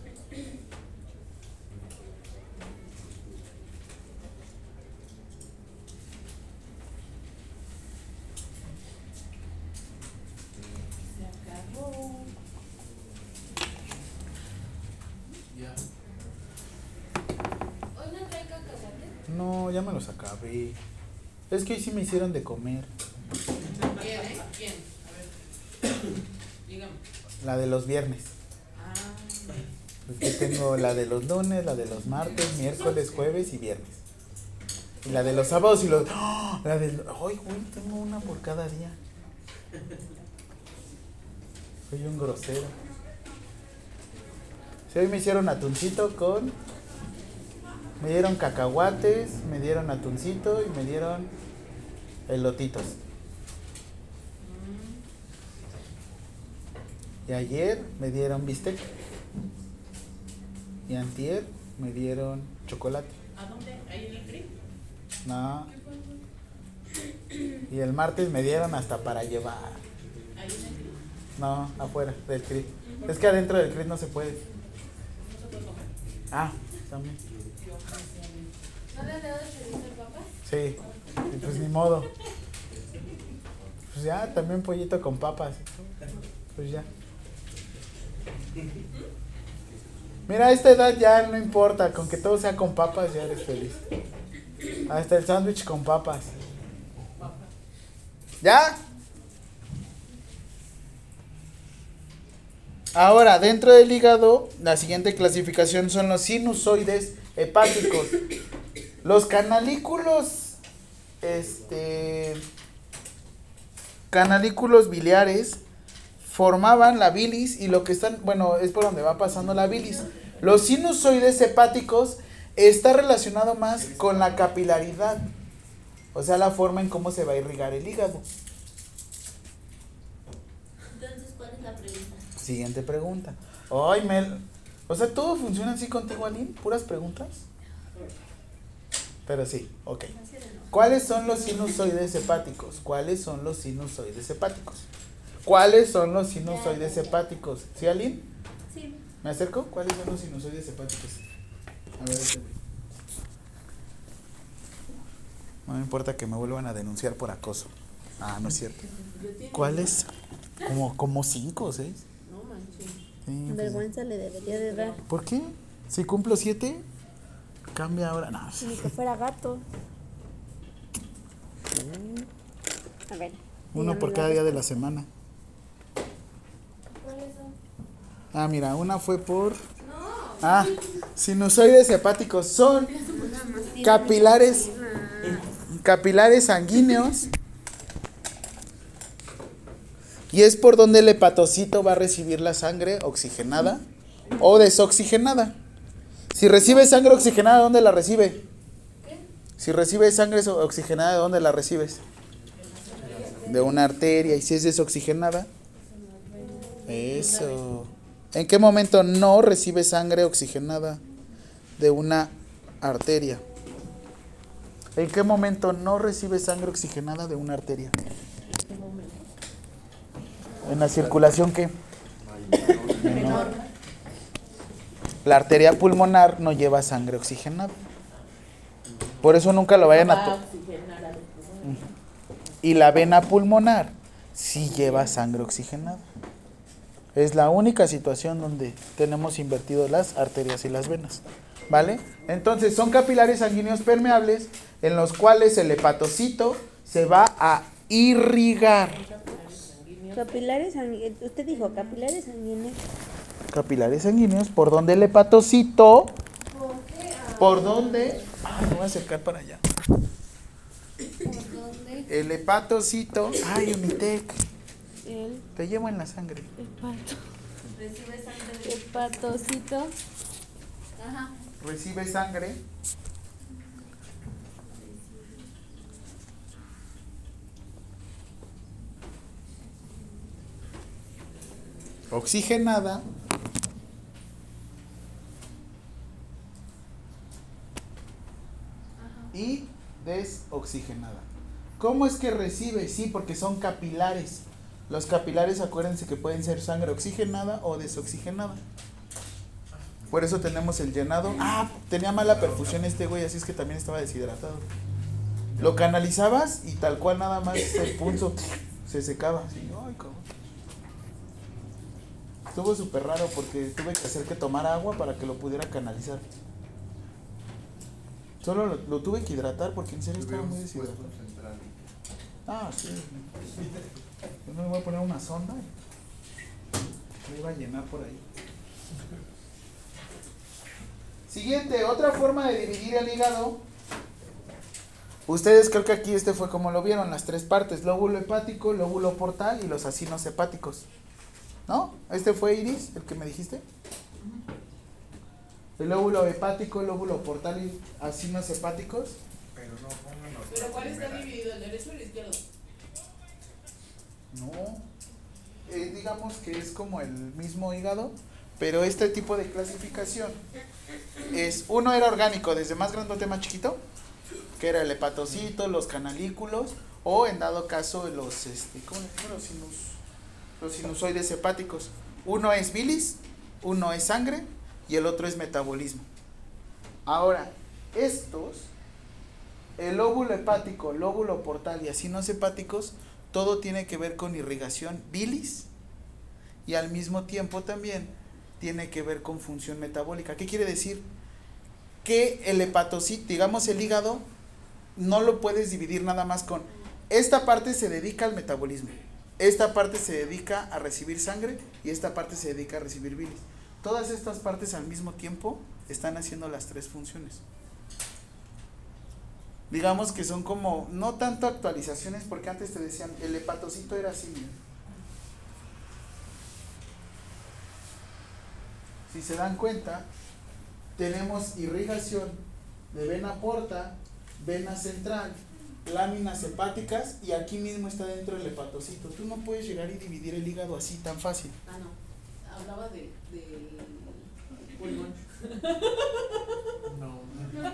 Ya. ¿Hoy no trae cacahuate? No, ya me los acabé. Es que hoy sí me hicieron de comer. ¿Quién, ¿Quién? A ver. Dígame. La de los viernes. Ah, Es que tengo la de los lunes, la de los martes, miércoles, jueves y viernes. Y la de los sábados y los... ¡Oh! La de... ¡Ay, güey! Tengo una por cada día. Soy un grosero. Sí, hoy me hicieron atuncito con... Me dieron cacahuates, me dieron atuncito y me dieron elotitos. Y ayer me dieron bistec. Y antier me dieron chocolate. ¿a dónde? ¿Ahí en el CRI? No. Y el martes me dieron hasta para llevar. Ahí en el CRI. No, afuera del CRIT. Es que adentro del CRIT no se puede. No se puede comer. Ah, también. ¿No le has dado chorizo al papá? Sí. Y pues ni modo. Pues ya, también pollito con papas. Pues ya. Mira, a esta edad ya no importa, con que todo sea con papas ya eres feliz. Hasta el sándwich con papas. ¿Ya? Ahora, dentro del hígado, la siguiente clasificación son los sinusoides hepáticos. Los canalículos, canalículos biliares formaban la bilis y lo que están, bueno, es por donde va pasando la bilis. Los sinusoides hepáticos está relacionado más con la capilaridad, o sea, la forma en cómo se va a irrigar el hígado. Entonces, ¿cuál es la pregunta? Siguiente pregunta. Ay, Mel, o sea, ¿todo funciona así contigo, Aline? ¿Puras preguntas? Pero sí, ok. ¿Cuáles son los sinusoides hepáticos? ¿Cuáles son los sinusoides hepáticos? ¿Cuáles son los sinusoides hepáticos? ¿Sí, Aline? Sí. ¿Me acerco? ¿Cuáles son los sinusoides hepáticos? A ver, este güey. No me importa que me vuelvan a denunciar por acoso. Ah, no es cierto. ¿Cuáles? Como 5 o 6. No manches. Sí, pues, Vergüenza le debería de dar. ¿por qué? Si cumplo 7, cambia ahora. No. Ni que fuera gato. A ver. Uno por cada día de la semana. ¿Cuáles son? Ah, mira, una fue por... Ah, sinusoides hepáticos son capilares sanguíneos y es por donde el hepatocito va a recibir la sangre oxigenada o desoxigenada. Si recibe sangre oxigenada, ¿dónde la recibe? Si recibe sangre oxigenada, ¿de dónde la recibes? De una arteria. Y si es desoxigenada, eso. ¿En qué momento no recibe sangre oxigenada de una arteria? ¿En qué momento no recibe sangre oxigenada de una arteria? ¿En la circulación qué? Menor. La arteria pulmonar no lleva sangre oxigenada. Por eso nunca lo vayan a... Y la vena pulmonar sí lleva sangre oxigenada. Es la única situación donde tenemos invertido las arterias y las venas. ¿Vale? Entonces son capilares sanguíneos permeables en los cuales el hepatocito se va a irrigar. Capilares sanguíneos. Usted dijo capilares sanguíneos. Capilares sanguíneos, ¿por donde el hepatocito? ¿Por dónde? Me voy a acercar para allá. El hepatocito. Ay, Unitec. El Te llevo en la sangre. hepato. Recibe sangre de... Hepatocito. Ajá. Recibe sangre. Oxigenada. Y desoxigenada. ¿Cómo es que recibe? Sí, porque son capilares. Los capilares, acuérdense que pueden ser sangre oxigenada o desoxigenada. Por eso tenemos el llenado. Ah, tenía mala perfusión este güey, así es que también estaba deshidratado. Lo canalizabas y tal cual nada más el pulso se secaba. Así, ay, cabrón. Estuvo súper raro porque tuve que hacer que tomara agua para que lo pudiera canalizar. Solo lo tuve que hidratar porque en serio estaba muy deshidratado. Ah, sí. Yo me voy a poner una sonda y me iba a llenar por ahí. Siguiente, otra forma de dividir el hígado. Ustedes creo que aquí fue como lo vieron, las tres partes: lóbulo hepático, lóbulo portal y los acinos hepáticos. ¿No? ¿Este fue, Iris, el que me dijiste? El lóbulo hepático, el lóbulo portal y acinos hepáticos. Pero no pongan los ¿Pero cuál está primeras. dividido, el derecho o el izquierdo? No. Digamos que es como el mismo hígado, pero este tipo de clasificación es, uno era orgánico, desde más grandote más chiquito, que era el hepatocito, los canalículos, o en dado caso los, ¿cómo le digo? Los sinusoides hepáticos. Uno es bilis, uno es sangre y el otro es metabolismo. Ahora, estos, el lóbulo hepático, lóbulo portal y acinos hepáticos, todo tiene que ver con irrigación bilis y al mismo tiempo también tiene que ver con función metabólica. ¿Qué quiere decir? Que el hepatocito, digamos el hígado, no lo puedes dividir nada más con esta parte se dedica al metabolismo, esta parte se dedica a recibir sangre y esta parte se dedica a recibir bilis. Todas estas partes al mismo tiempo están haciendo las tres funciones. Digamos que son como, no tanto actualizaciones, porque antes te decían, el hepatocito era así. Miren. Si se dan cuenta, tenemos irrigación de vena porta, vena central, láminas hepáticas y aquí mismo está dentro el hepatocito. Tú no puedes llegar y dividir el hígado así tan fácil. Ah, no. Hablaba de pulmón. No.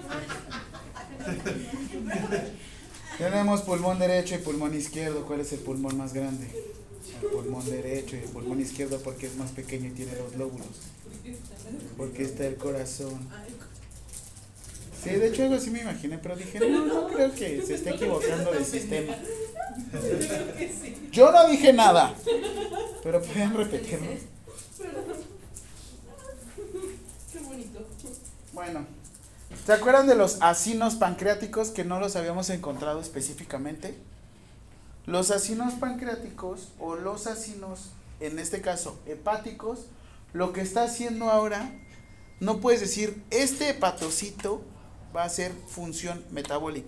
Tenemos pulmón derecho y pulmón izquierdo. ¿Cuál es el pulmón más grande? El pulmón derecho y el pulmón izquierdo porque es más pequeño y tiene dos lóbulos. Porque está el corazón. Sí, de hecho algo así me imaginé, pero dije, no creo que se esté equivocando de sistema. Yo no dije nada, pero pueden repetirlo. Qué bonito. Bueno, ¿se acuerdan de los acinos pancreáticos que no los habíamos encontrado específicamente? Los acinos pancreáticos o los acinos, en este caso hepáticos, lo que está haciendo ahora, no puedes decir, este hepatocito va a hacer función metabólica.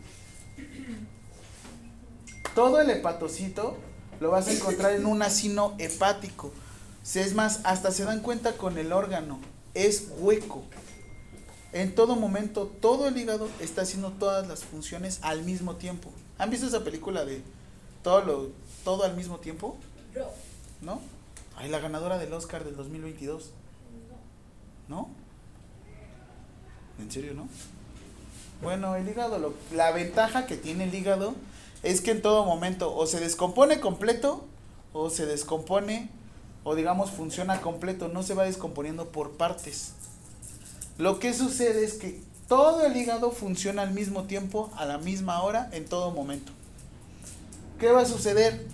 Todo el hepatocito lo vas a encontrar en un acino hepático. Es más, hasta se dan cuenta con el órgano, es hueco. En todo momento, todo el hígado está haciendo todas las funciones al mismo tiempo. ¿Han visto esa película de todo al mismo tiempo? ¿No? Ay, la ganadora del Oscar del 2022. ¿No? ¿En serio, no? Bueno, el hígado, la ventaja que tiene el hígado es que en todo momento o se descompone completo o se descompone o digamos funciona completo, no se va descomponiendo por partes. Lo que sucede es que todo el hígado funciona al mismo tiempo, a la misma hora, en todo momento. ¿Qué va a suceder?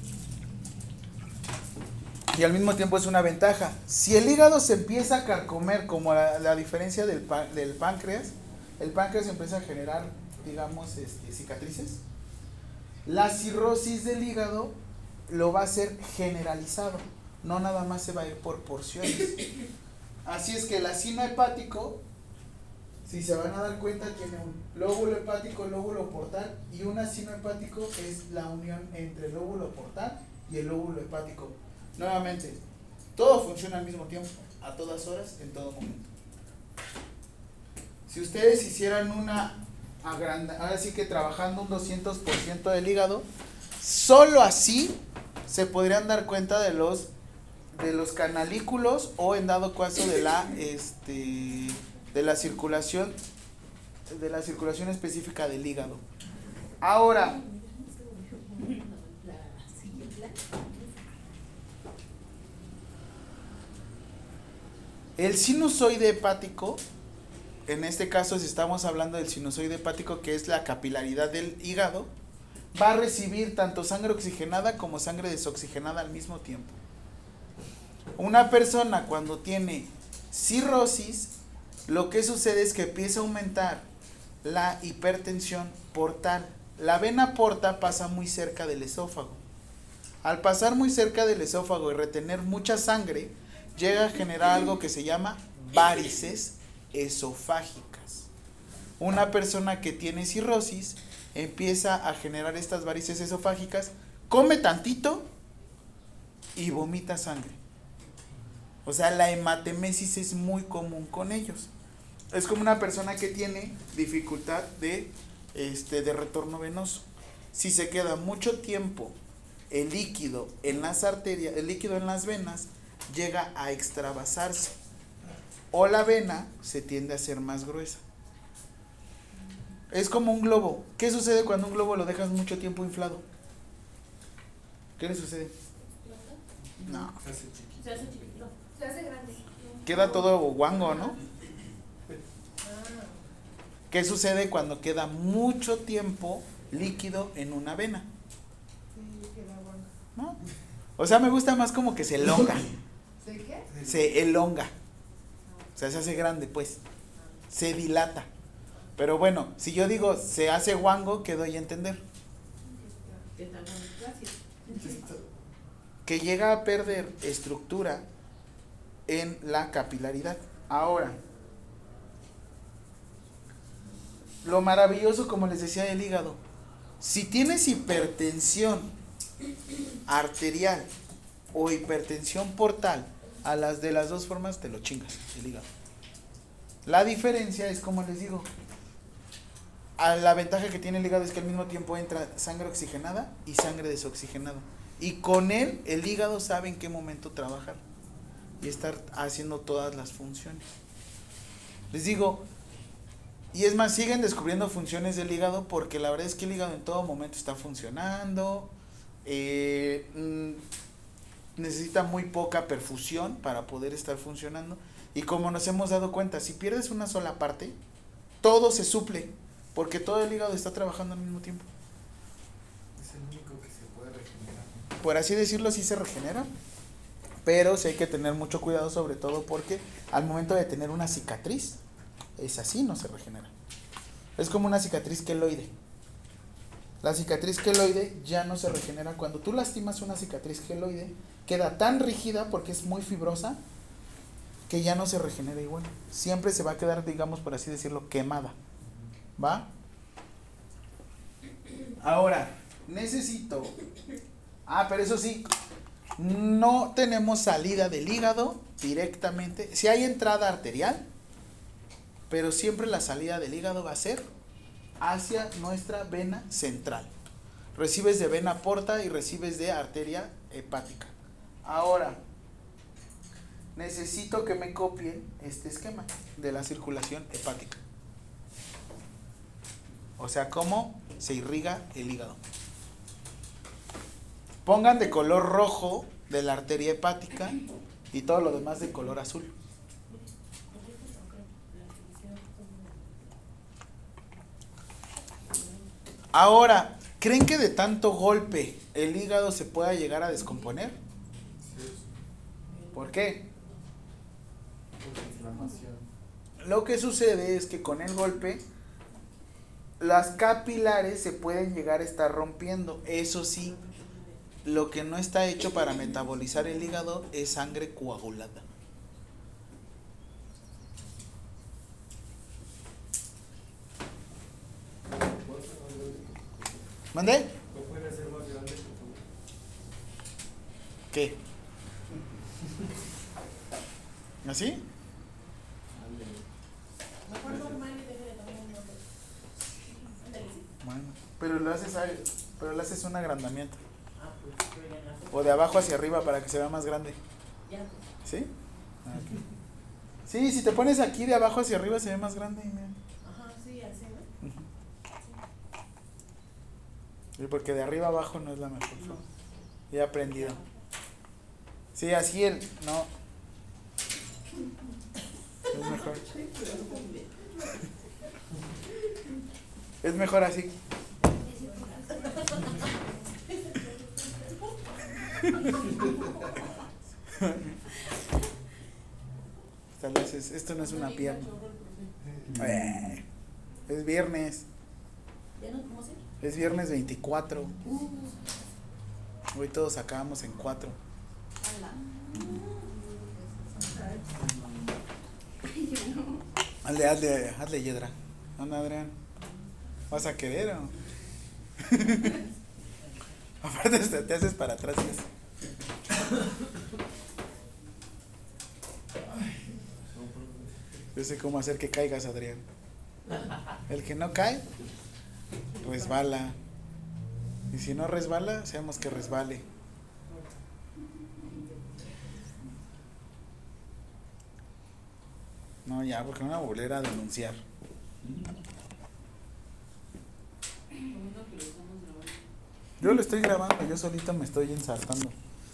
Y al mismo tiempo es una ventaja. Si el hígado se empieza a carcomer, como la diferencia del páncreas, el páncreas empieza a generar, digamos, cicatrices. La cirrosis del hígado lo va a hacer generalizado, no nada más se va a ir por porciones. Así es que el acino hepático, si se van a dar cuenta, tiene un lóbulo hepático, lóbulo portal, y un acino hepático es la unión entre el lóbulo portal y el lóbulo hepático. Nuevamente, todo funciona al mismo tiempo, a todas horas, en todo momento. Si ustedes hicieran ahora sí que trabajando un 200% del hígado, solo así se podrían dar cuenta de los canalículos, o en dado caso de la circulación específica del hígado. Ahora, el sinusoide hepático, en este caso si estamos hablando del sinusoide hepático, que es la capilaridad del hígado, va a recibir tanto sangre oxigenada como sangre desoxigenada al mismo tiempo. Una persona cuando tiene cirrosis, lo que sucede es que empieza a aumentar la hipertensión portal. La vena porta pasa muy cerca del esófago. Al pasar muy cerca del esófago y retener mucha sangre, llega a generar algo que se llama varices esofágicas. Una persona que tiene cirrosis empieza a generar estas varices esofágicas, come tantito y vomita sangre. O sea, la hematemesis es muy común con ellos. Es como una persona que tiene dificultad de retorno venoso. Si se queda mucho tiempo el líquido en las arterias, el líquido en las venas, llega a extravasarse, o la vena se tiende a hacer más gruesa. Es como un globo. ¿Qué sucede cuando un globo lo dejas mucho tiempo inflado? ¿Qué le sucede? No. Se hace chiquito. Se hace chiquito. Se hace grande. Queda todo guango, ¿no? ¿Qué sucede cuando queda mucho tiempo líquido en una vena? ¿No? O sea, me gusta más como que se elonga. ¿Se qué? Se elonga. O sea, se hace grande, pues. Se dilata. Pero bueno, si yo digo se hace guango, ¿qué doy a entender? Que está muy fácil. Que llega a perder estructura en la capilaridad. Ahora, lo maravilloso, como les decía, del hígado. Si tienes hipertensión arterial o hipertensión portal, a las de las dos formas te lo chingas el hígado. La diferencia es, como les digo, la ventaja que tiene el hígado es que al mismo tiempo entra sangre oxigenada y sangre desoxigenada, y con él el hígado sabe en qué momento trabajar y estar haciendo todas las funciones. Les digo, y es más, siguen descubriendo funciones del hígado, porque la verdad es que el hígado en todo momento está funcionando. Necesita muy poca perfusión para poder estar funcionando, y como nos hemos dado cuenta, si pierdes una sola parte, todo se suple, porque todo el hígado está trabajando al mismo tiempo. Es el único que se puede regenerar. Por así decirlo, sí se regenera, pero sí hay que tener mucho cuidado, sobre todo porque al momento de tener una cicatriz, es así, no se regenera. Es como una cicatriz queloide. La cicatriz queloide ya no se regenera. Cuando tú lastimas una cicatriz queloide, queda tan rígida porque es muy fibrosa que ya no se regenera igual. Siempre se va a quedar, digamos, por así decirlo, quemada. ¿Va? Ahora, necesito... pero eso sí, no tenemos salida del hígado directamente. Sí hay entrada arterial, pero siempre la salida del hígado va a ser hacia nuestra vena central. Recibes de vena porta y recibes de arteria hepática. Ahora, necesito que me copien este esquema de la circulación hepática. O sea, cómo se irriga el hígado. Pongan de color rojo de la arteria hepática y todo lo demás de color azul. Ahora, ¿creen que de tanto golpe el hígado se pueda llegar a descomponer? ¿Por qué? Por inflamación. Lo que sucede es que con el golpe las capilares se pueden llegar a estar rompiendo. Eso sí, lo que no está hecho para metabolizar el hígado es sangre coagulada. ¿Mande? ¿No pueden hacer más grande, por favor? ¿Qué? ¿Así? Mejor normal y déjale tomar un otro. Ándale, sí. Bueno, pero le haces un agrandamiento. Pues pero ya no. O de abajo hacia arriba para que se vea más grande. Ya. ¿Sí? Ah, ok. Sí, si te pones aquí de abajo hacia arriba se ve más grande. Mira. Ajá, sí, así, ¿no? Ujú. Sí, porque de arriba abajo no es la mejor forma. Ya he aprendido. Sí, así no. Es mejor. Es mejor así. Tal vez esto no es una pierna. Es viernes. ¿Ya no? ¿Cómo se? Es viernes 24. Hoy todos acabamos en 4. Hazle, Yedra. Anda, Adrián. ¿Vas a querer o? Aparte te haces para atrás. Yo sé cómo hacer que caigas, Adrián. El que no cae, resbala. Y si no resbala, hacemos que resbale. No, ya, porque no me voy a volver a denunciar. Yo lo estoy grabando, yo solito me estoy ensartando.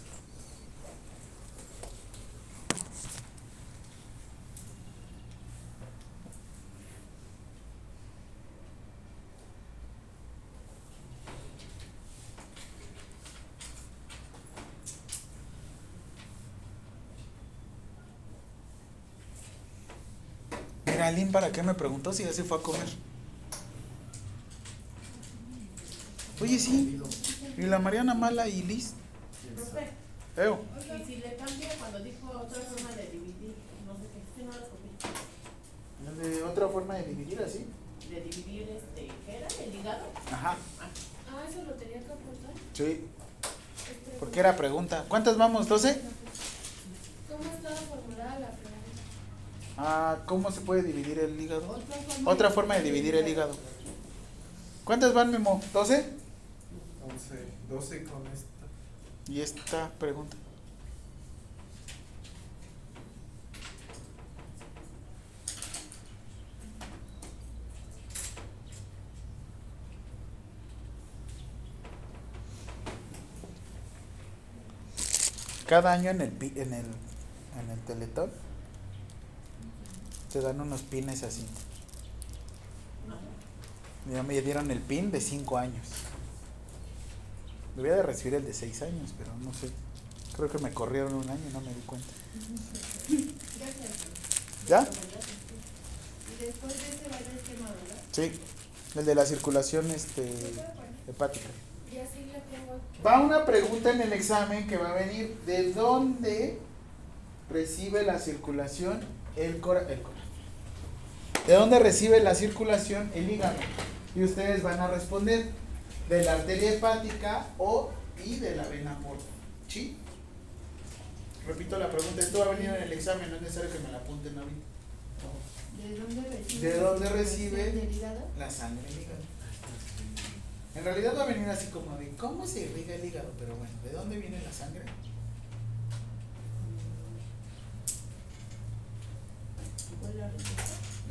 Mira, Aline, ¿para qué me preguntó si ya se fue a comer? Oye, sí. ¿Y la Mariana Mala y Liz? Profe, Eo. y si le cambia cuando dijo otra forma de dividir, no sé qué, es que no la copié. ¿De otra forma de dividir así? De dividir, ¿qué era? ¿El hígado? Ajá. Ah, eso lo tenía que apuntar. Sí. Porque era pregunta. ¿Cuántas vamos? ¿12? ¿Cómo estaba formulada la pregunta? ¿Cómo se puede dividir el hígado? Otra forma de dividir el hígado. ¿Cuántas van, Memo? ¿12? 11, 12 con esta. Y esta pregunta. Cada año en el Teletón te dan unos pines así. Ya me dieron el pin de 5 años. Debería de recibir el de 6 años, pero no sé. Creo que me corrieron un año y no me di cuenta. ¿Ya? Y después de ese va el esquema, ¿verdad? Sí. El de la circulación hepática. Y así le pongo. Va una pregunta en el examen que va a venir. ¿De dónde recibe la circulación el corazón? ¿De dónde recibe la circulación el hígado? Y ustedes van a responder de la arteria hepática y de la vena porta. ¿Sí? Repito la pregunta, esto va a venir en el examen, no es necesario que me la apunten ahorita. ¿De dónde recibe del hígado? la sangre el hígado? En realidad va a venir así como de cómo se irriga el hígado, pero bueno, ¿de dónde viene la sangre? ¿Cuál es la respuesta?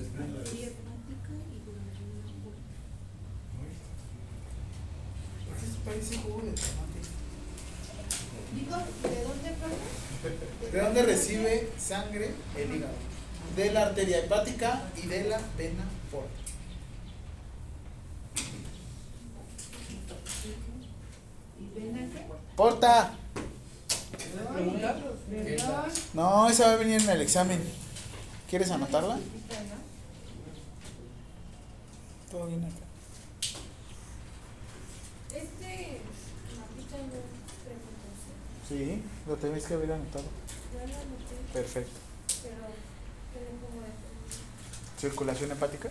¿Por qué eso parece jugo de tomate? Digo, ¿de dónde pasa? ¿De dónde recibe sangre el hígado? De la arteria hepática y de la vena porta. ¿Y ven qué? ¡Porta! ¿Pregunta? ¿Verdad? No, esa va a venir en el examen. ¿Quieres anotarla? Todo bien acá. Mapita no. Sí, lo tenéis que haber anotado. Ya lo anoté, Perfecto. pero ¿qué le pongo esto? Circulación hepática.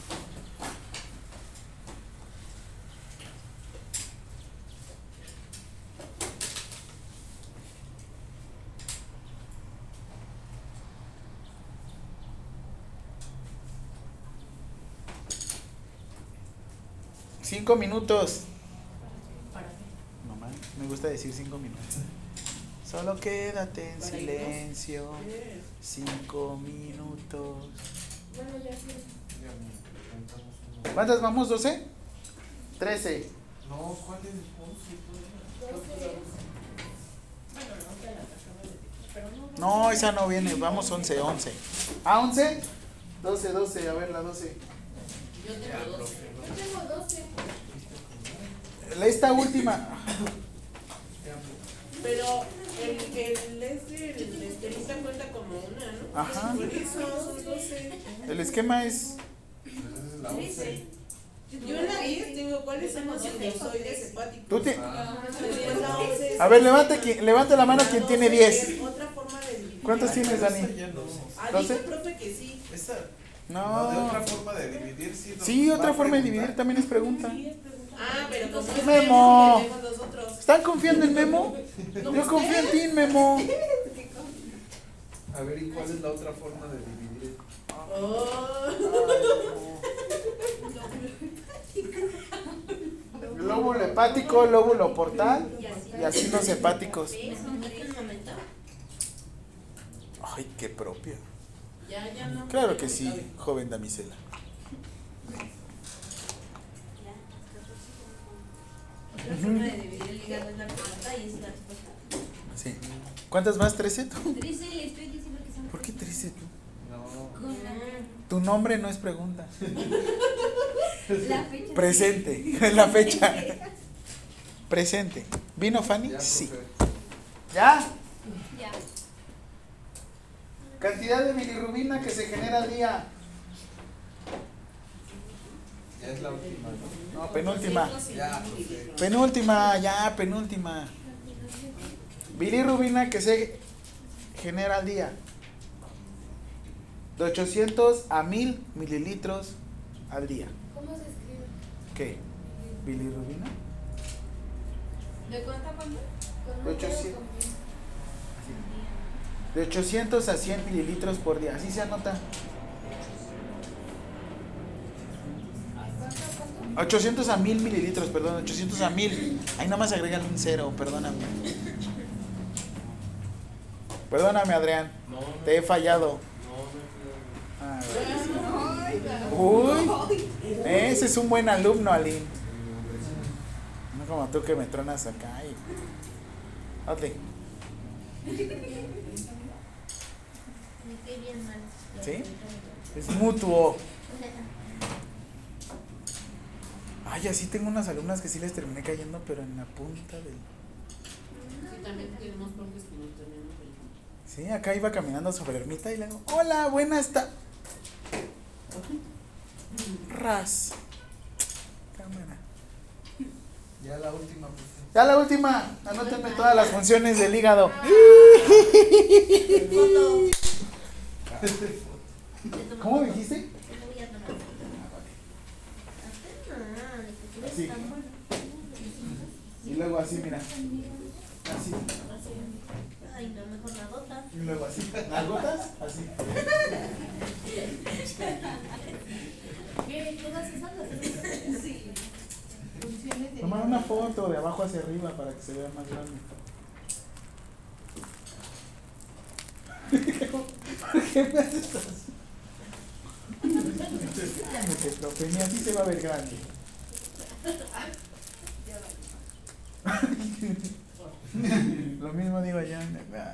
Cinco minutos. ¿Para qué? Mamá, me gusta decir 5 minutos. Solo quédate en ¿Para silencio. ¿Qué? 5 minutos. Bueno, ya sí. Ya, preguntamos uno. ¿Cuántas vamos? ¿12? 13. No, ¿cuál es el 11? 12 es. Bueno, no te la acabo de decir, pero no. No, esa no viene. Vamos 11, 11. ¿Ah, 11? 12, 12. A ver, la 12. Yo Ya, tengo 12. profe. Yo tengo 12. Esta última. Pero el estelita cuenta como una, ¿no? Ajá. Por eso son 12. El esquema es. Pues esa es la 11. Yo en la 10 tengo cuáles son los sinusoides hepáticos. Tú te- Ah, Después la 11 es- A ver, levante la mano quien tiene 10. Es otra forma de dividir. ¿Cuántos tienes, esa Dani? ya no. Ah, 12. dijo el profe que sí. Esa. No. De otra forma de dividir, sí. Sí, ¿va otra a forma de preguntar? dividir también es pregunta. Sí, es pregunta. Ah, pero como es Memo. tenemos los otros. ¿Están confiando en Memo? Yo confío en ti, Memo. A ver, ¿y cuál es la otra forma de dividir? Oh. Lóbulo hepático, lóbulo portal y asinos hepáticos. Ay, qué propia. Ya no. Claro que sí, joven damisela. La forma de dividir el hígado es la pregunta y es la respuesta. Sí. ¿Cuántas más? ¿13 tú? 13 le estoy diciendo que son. ¿Por qué 13 tú? No. Con Tu nombre no es pregunta. la fecha. Presente, la fecha. Presente. ¿Vino Fanny? Ya, Sí. profe. ¿Ya? Ya. Cantidad de bilirrubina que se genera al día. Ya es la última, ¿no? No, penúltima. Ya, profe. Penúltima, ya, penúltima. Bilirrubina que se genera al día. De 800 a 1000 mililitros al día. ¿Cómo se escribe? ¿Qué? ¿Bilirrubina? ¿De cuánto a cuánto? Con De un dedo 800. con bien. De 800 a 100 mililitros por día. Así se anota. 800 a 1000 mililitros, perdón. 800 a 1000. Ahí nada más agregan un cero, perdóname. Perdóname, Adrián. Te he fallado. Ah, uy, ese es un buen alumno, Aline. No como tú que me tronas acá. Hazle. ¿Sí? Es mutuo. Ay, así tengo unas alumnas que sí les terminé cayendo, pero en la punta del... Sí, también tenemos profes que nos tenemos el... Sí, acá iba caminando sobre ermita y le digo, hola, buenas tardes. Ras. Cámara. Ya la última, profe. Ya la última, anótenme todas las funciones del hígado. ¿Cómo dijiste? Así. Y luego así, mira. Así. Ay, no, mejor la gota. Y luego así. ¿Las gotas? Así. ¿Qué? ¿Todas esas las Sí. Funciones de. Tomar una foto de abajo hacia arriba para que se vea más grande. ¿Por qué me haces así? Ni así se va a ver grande. Lo mismo digo allá.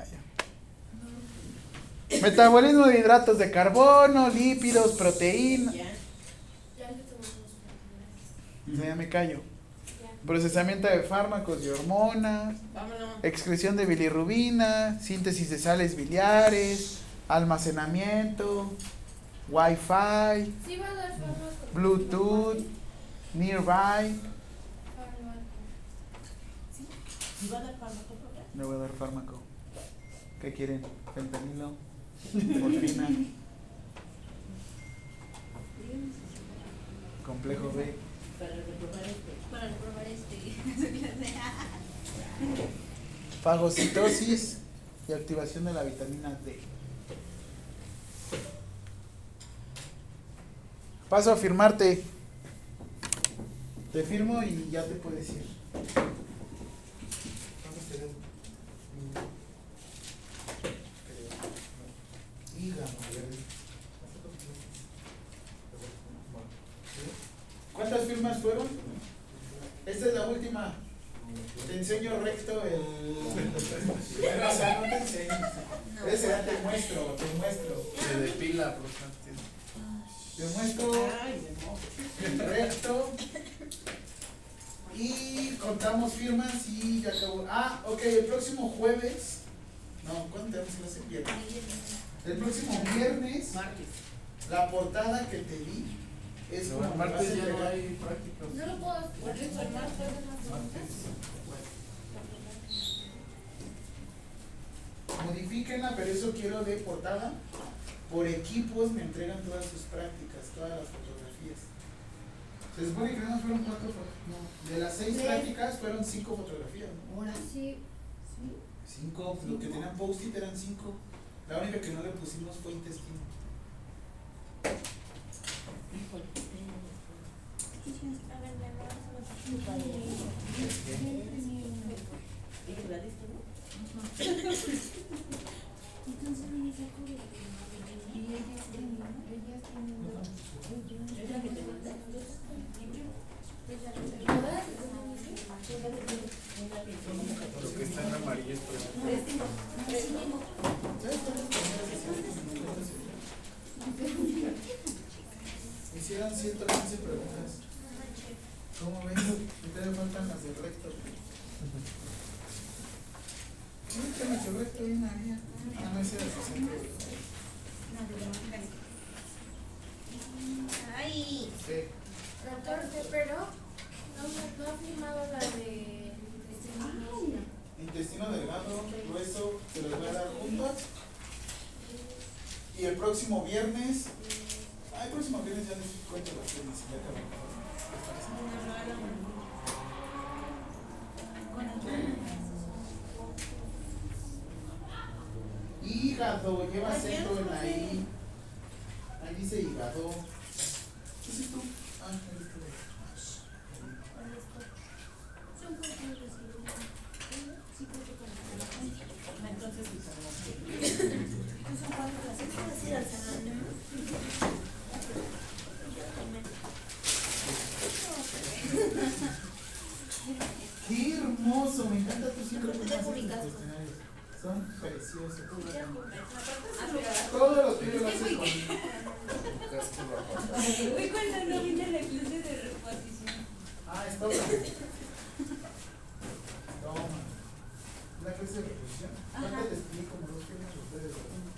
Metabolismo de hidratos de carbono, lípidos, proteínas. Ya. Ya le tomamos los Ya me callo. Ya. Procesamiento de fármacos y hormonas. Vámonos. Excreción de bilirrubina, síntesis de sales biliares, almacenamiento, Wi-Fi, Sí va a dar fármaco. Bluetooth, Nearby. ¿Sí va a dar fármaco, profe? Le voy a dar fármaco. ¿Qué quieren? Fentanilo, morfina, complejo B. Para reprobar Para probar Fagocitosis y activación de la vitamina D. Paso a firmarte. Te firmo y ya te puedes ir. ¿Cuántas firmas fueron? Esta es la última. Te enseño recto el... O sea, no te enseño. Ese ya te muestro. Se depila, profesor. Te muestro recto. Y contamos firmas y ya acabó. Ah, ok, el próximo jueves. No, ¿cuándo te vamos a hacer viernes? El próximo viernes, la portada que te di es No, como el que vas a martes ya no entregar. hay prácticas. No lo puedo poner con más Modifíquenla, pero eso quiero de portada. Por equipos me entregan todas sus prácticas, todas las fotografías. Se supone que no fueron 4 fotos. No, de las 6 prácticas fueron 5 fotografías, ¿no? Ahora sí. 5, lo que tenían post-it eran 5. La única que no le pusimos fue intestino. Lo que está en amarillo es Hicieron 115 preguntas. ¿Cómo ves? Y todavía faltan las del recto. Sí, que nuestro recto hay una guía. Ah, no, ese era el 60. Ay, Sí. 14, pero no ha firmado la de Intestino delgado, grueso, se los voy a dar juntos. Y el próximo viernes. El próximo viernes ya les cuento las firmas. Ya acabamos. Hígado, lleva acento en la I. Ahí dice hígado. ¿Qué es tú? Ah, eres tú. Entonces, son 4 clases. Qué hermoso, me encanta tu siempre. Creo que te publicaste. Son preciosos. Ah, Todos los videos lo hacen con casco bajo. Fue cuando no vine a la clase de reposición. es todo. Toma. La clase de reposición. Ahorita te explico como dos firmas ustedes.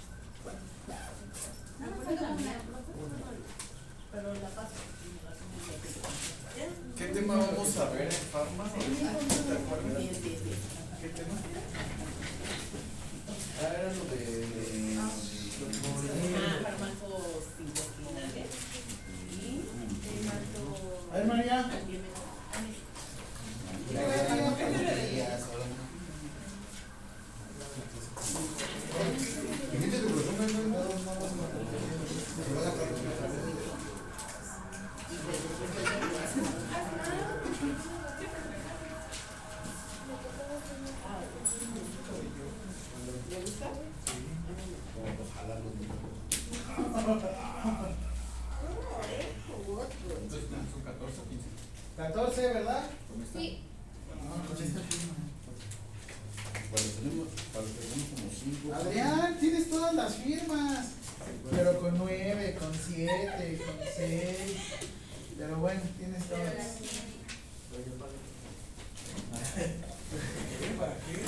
Pero la paso. ¿Qué tema vamos a ver en Farma? ¿Te acuerdas? ¿Qué tema? Era lo de Fármacos intestinales. Y A ver, María. ¿Le gusta? son 14 o 15. 14, ¿verdad? sí. Adrián, tienes todas las firmas. Pero con 9, con 7, con 6. Pero bueno, tienes todas. ¿Para qué?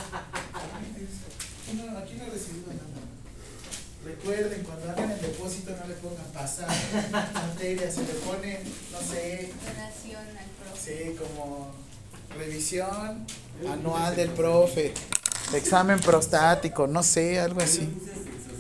Aquí no he recibido nada. Recuerden, cuando hagan el depósito no le pongan pasar materia, se le pone, no sé, Donación al profe. sí, como revisión anual del profe. Examen prostático, no sé, algo así. Yo puse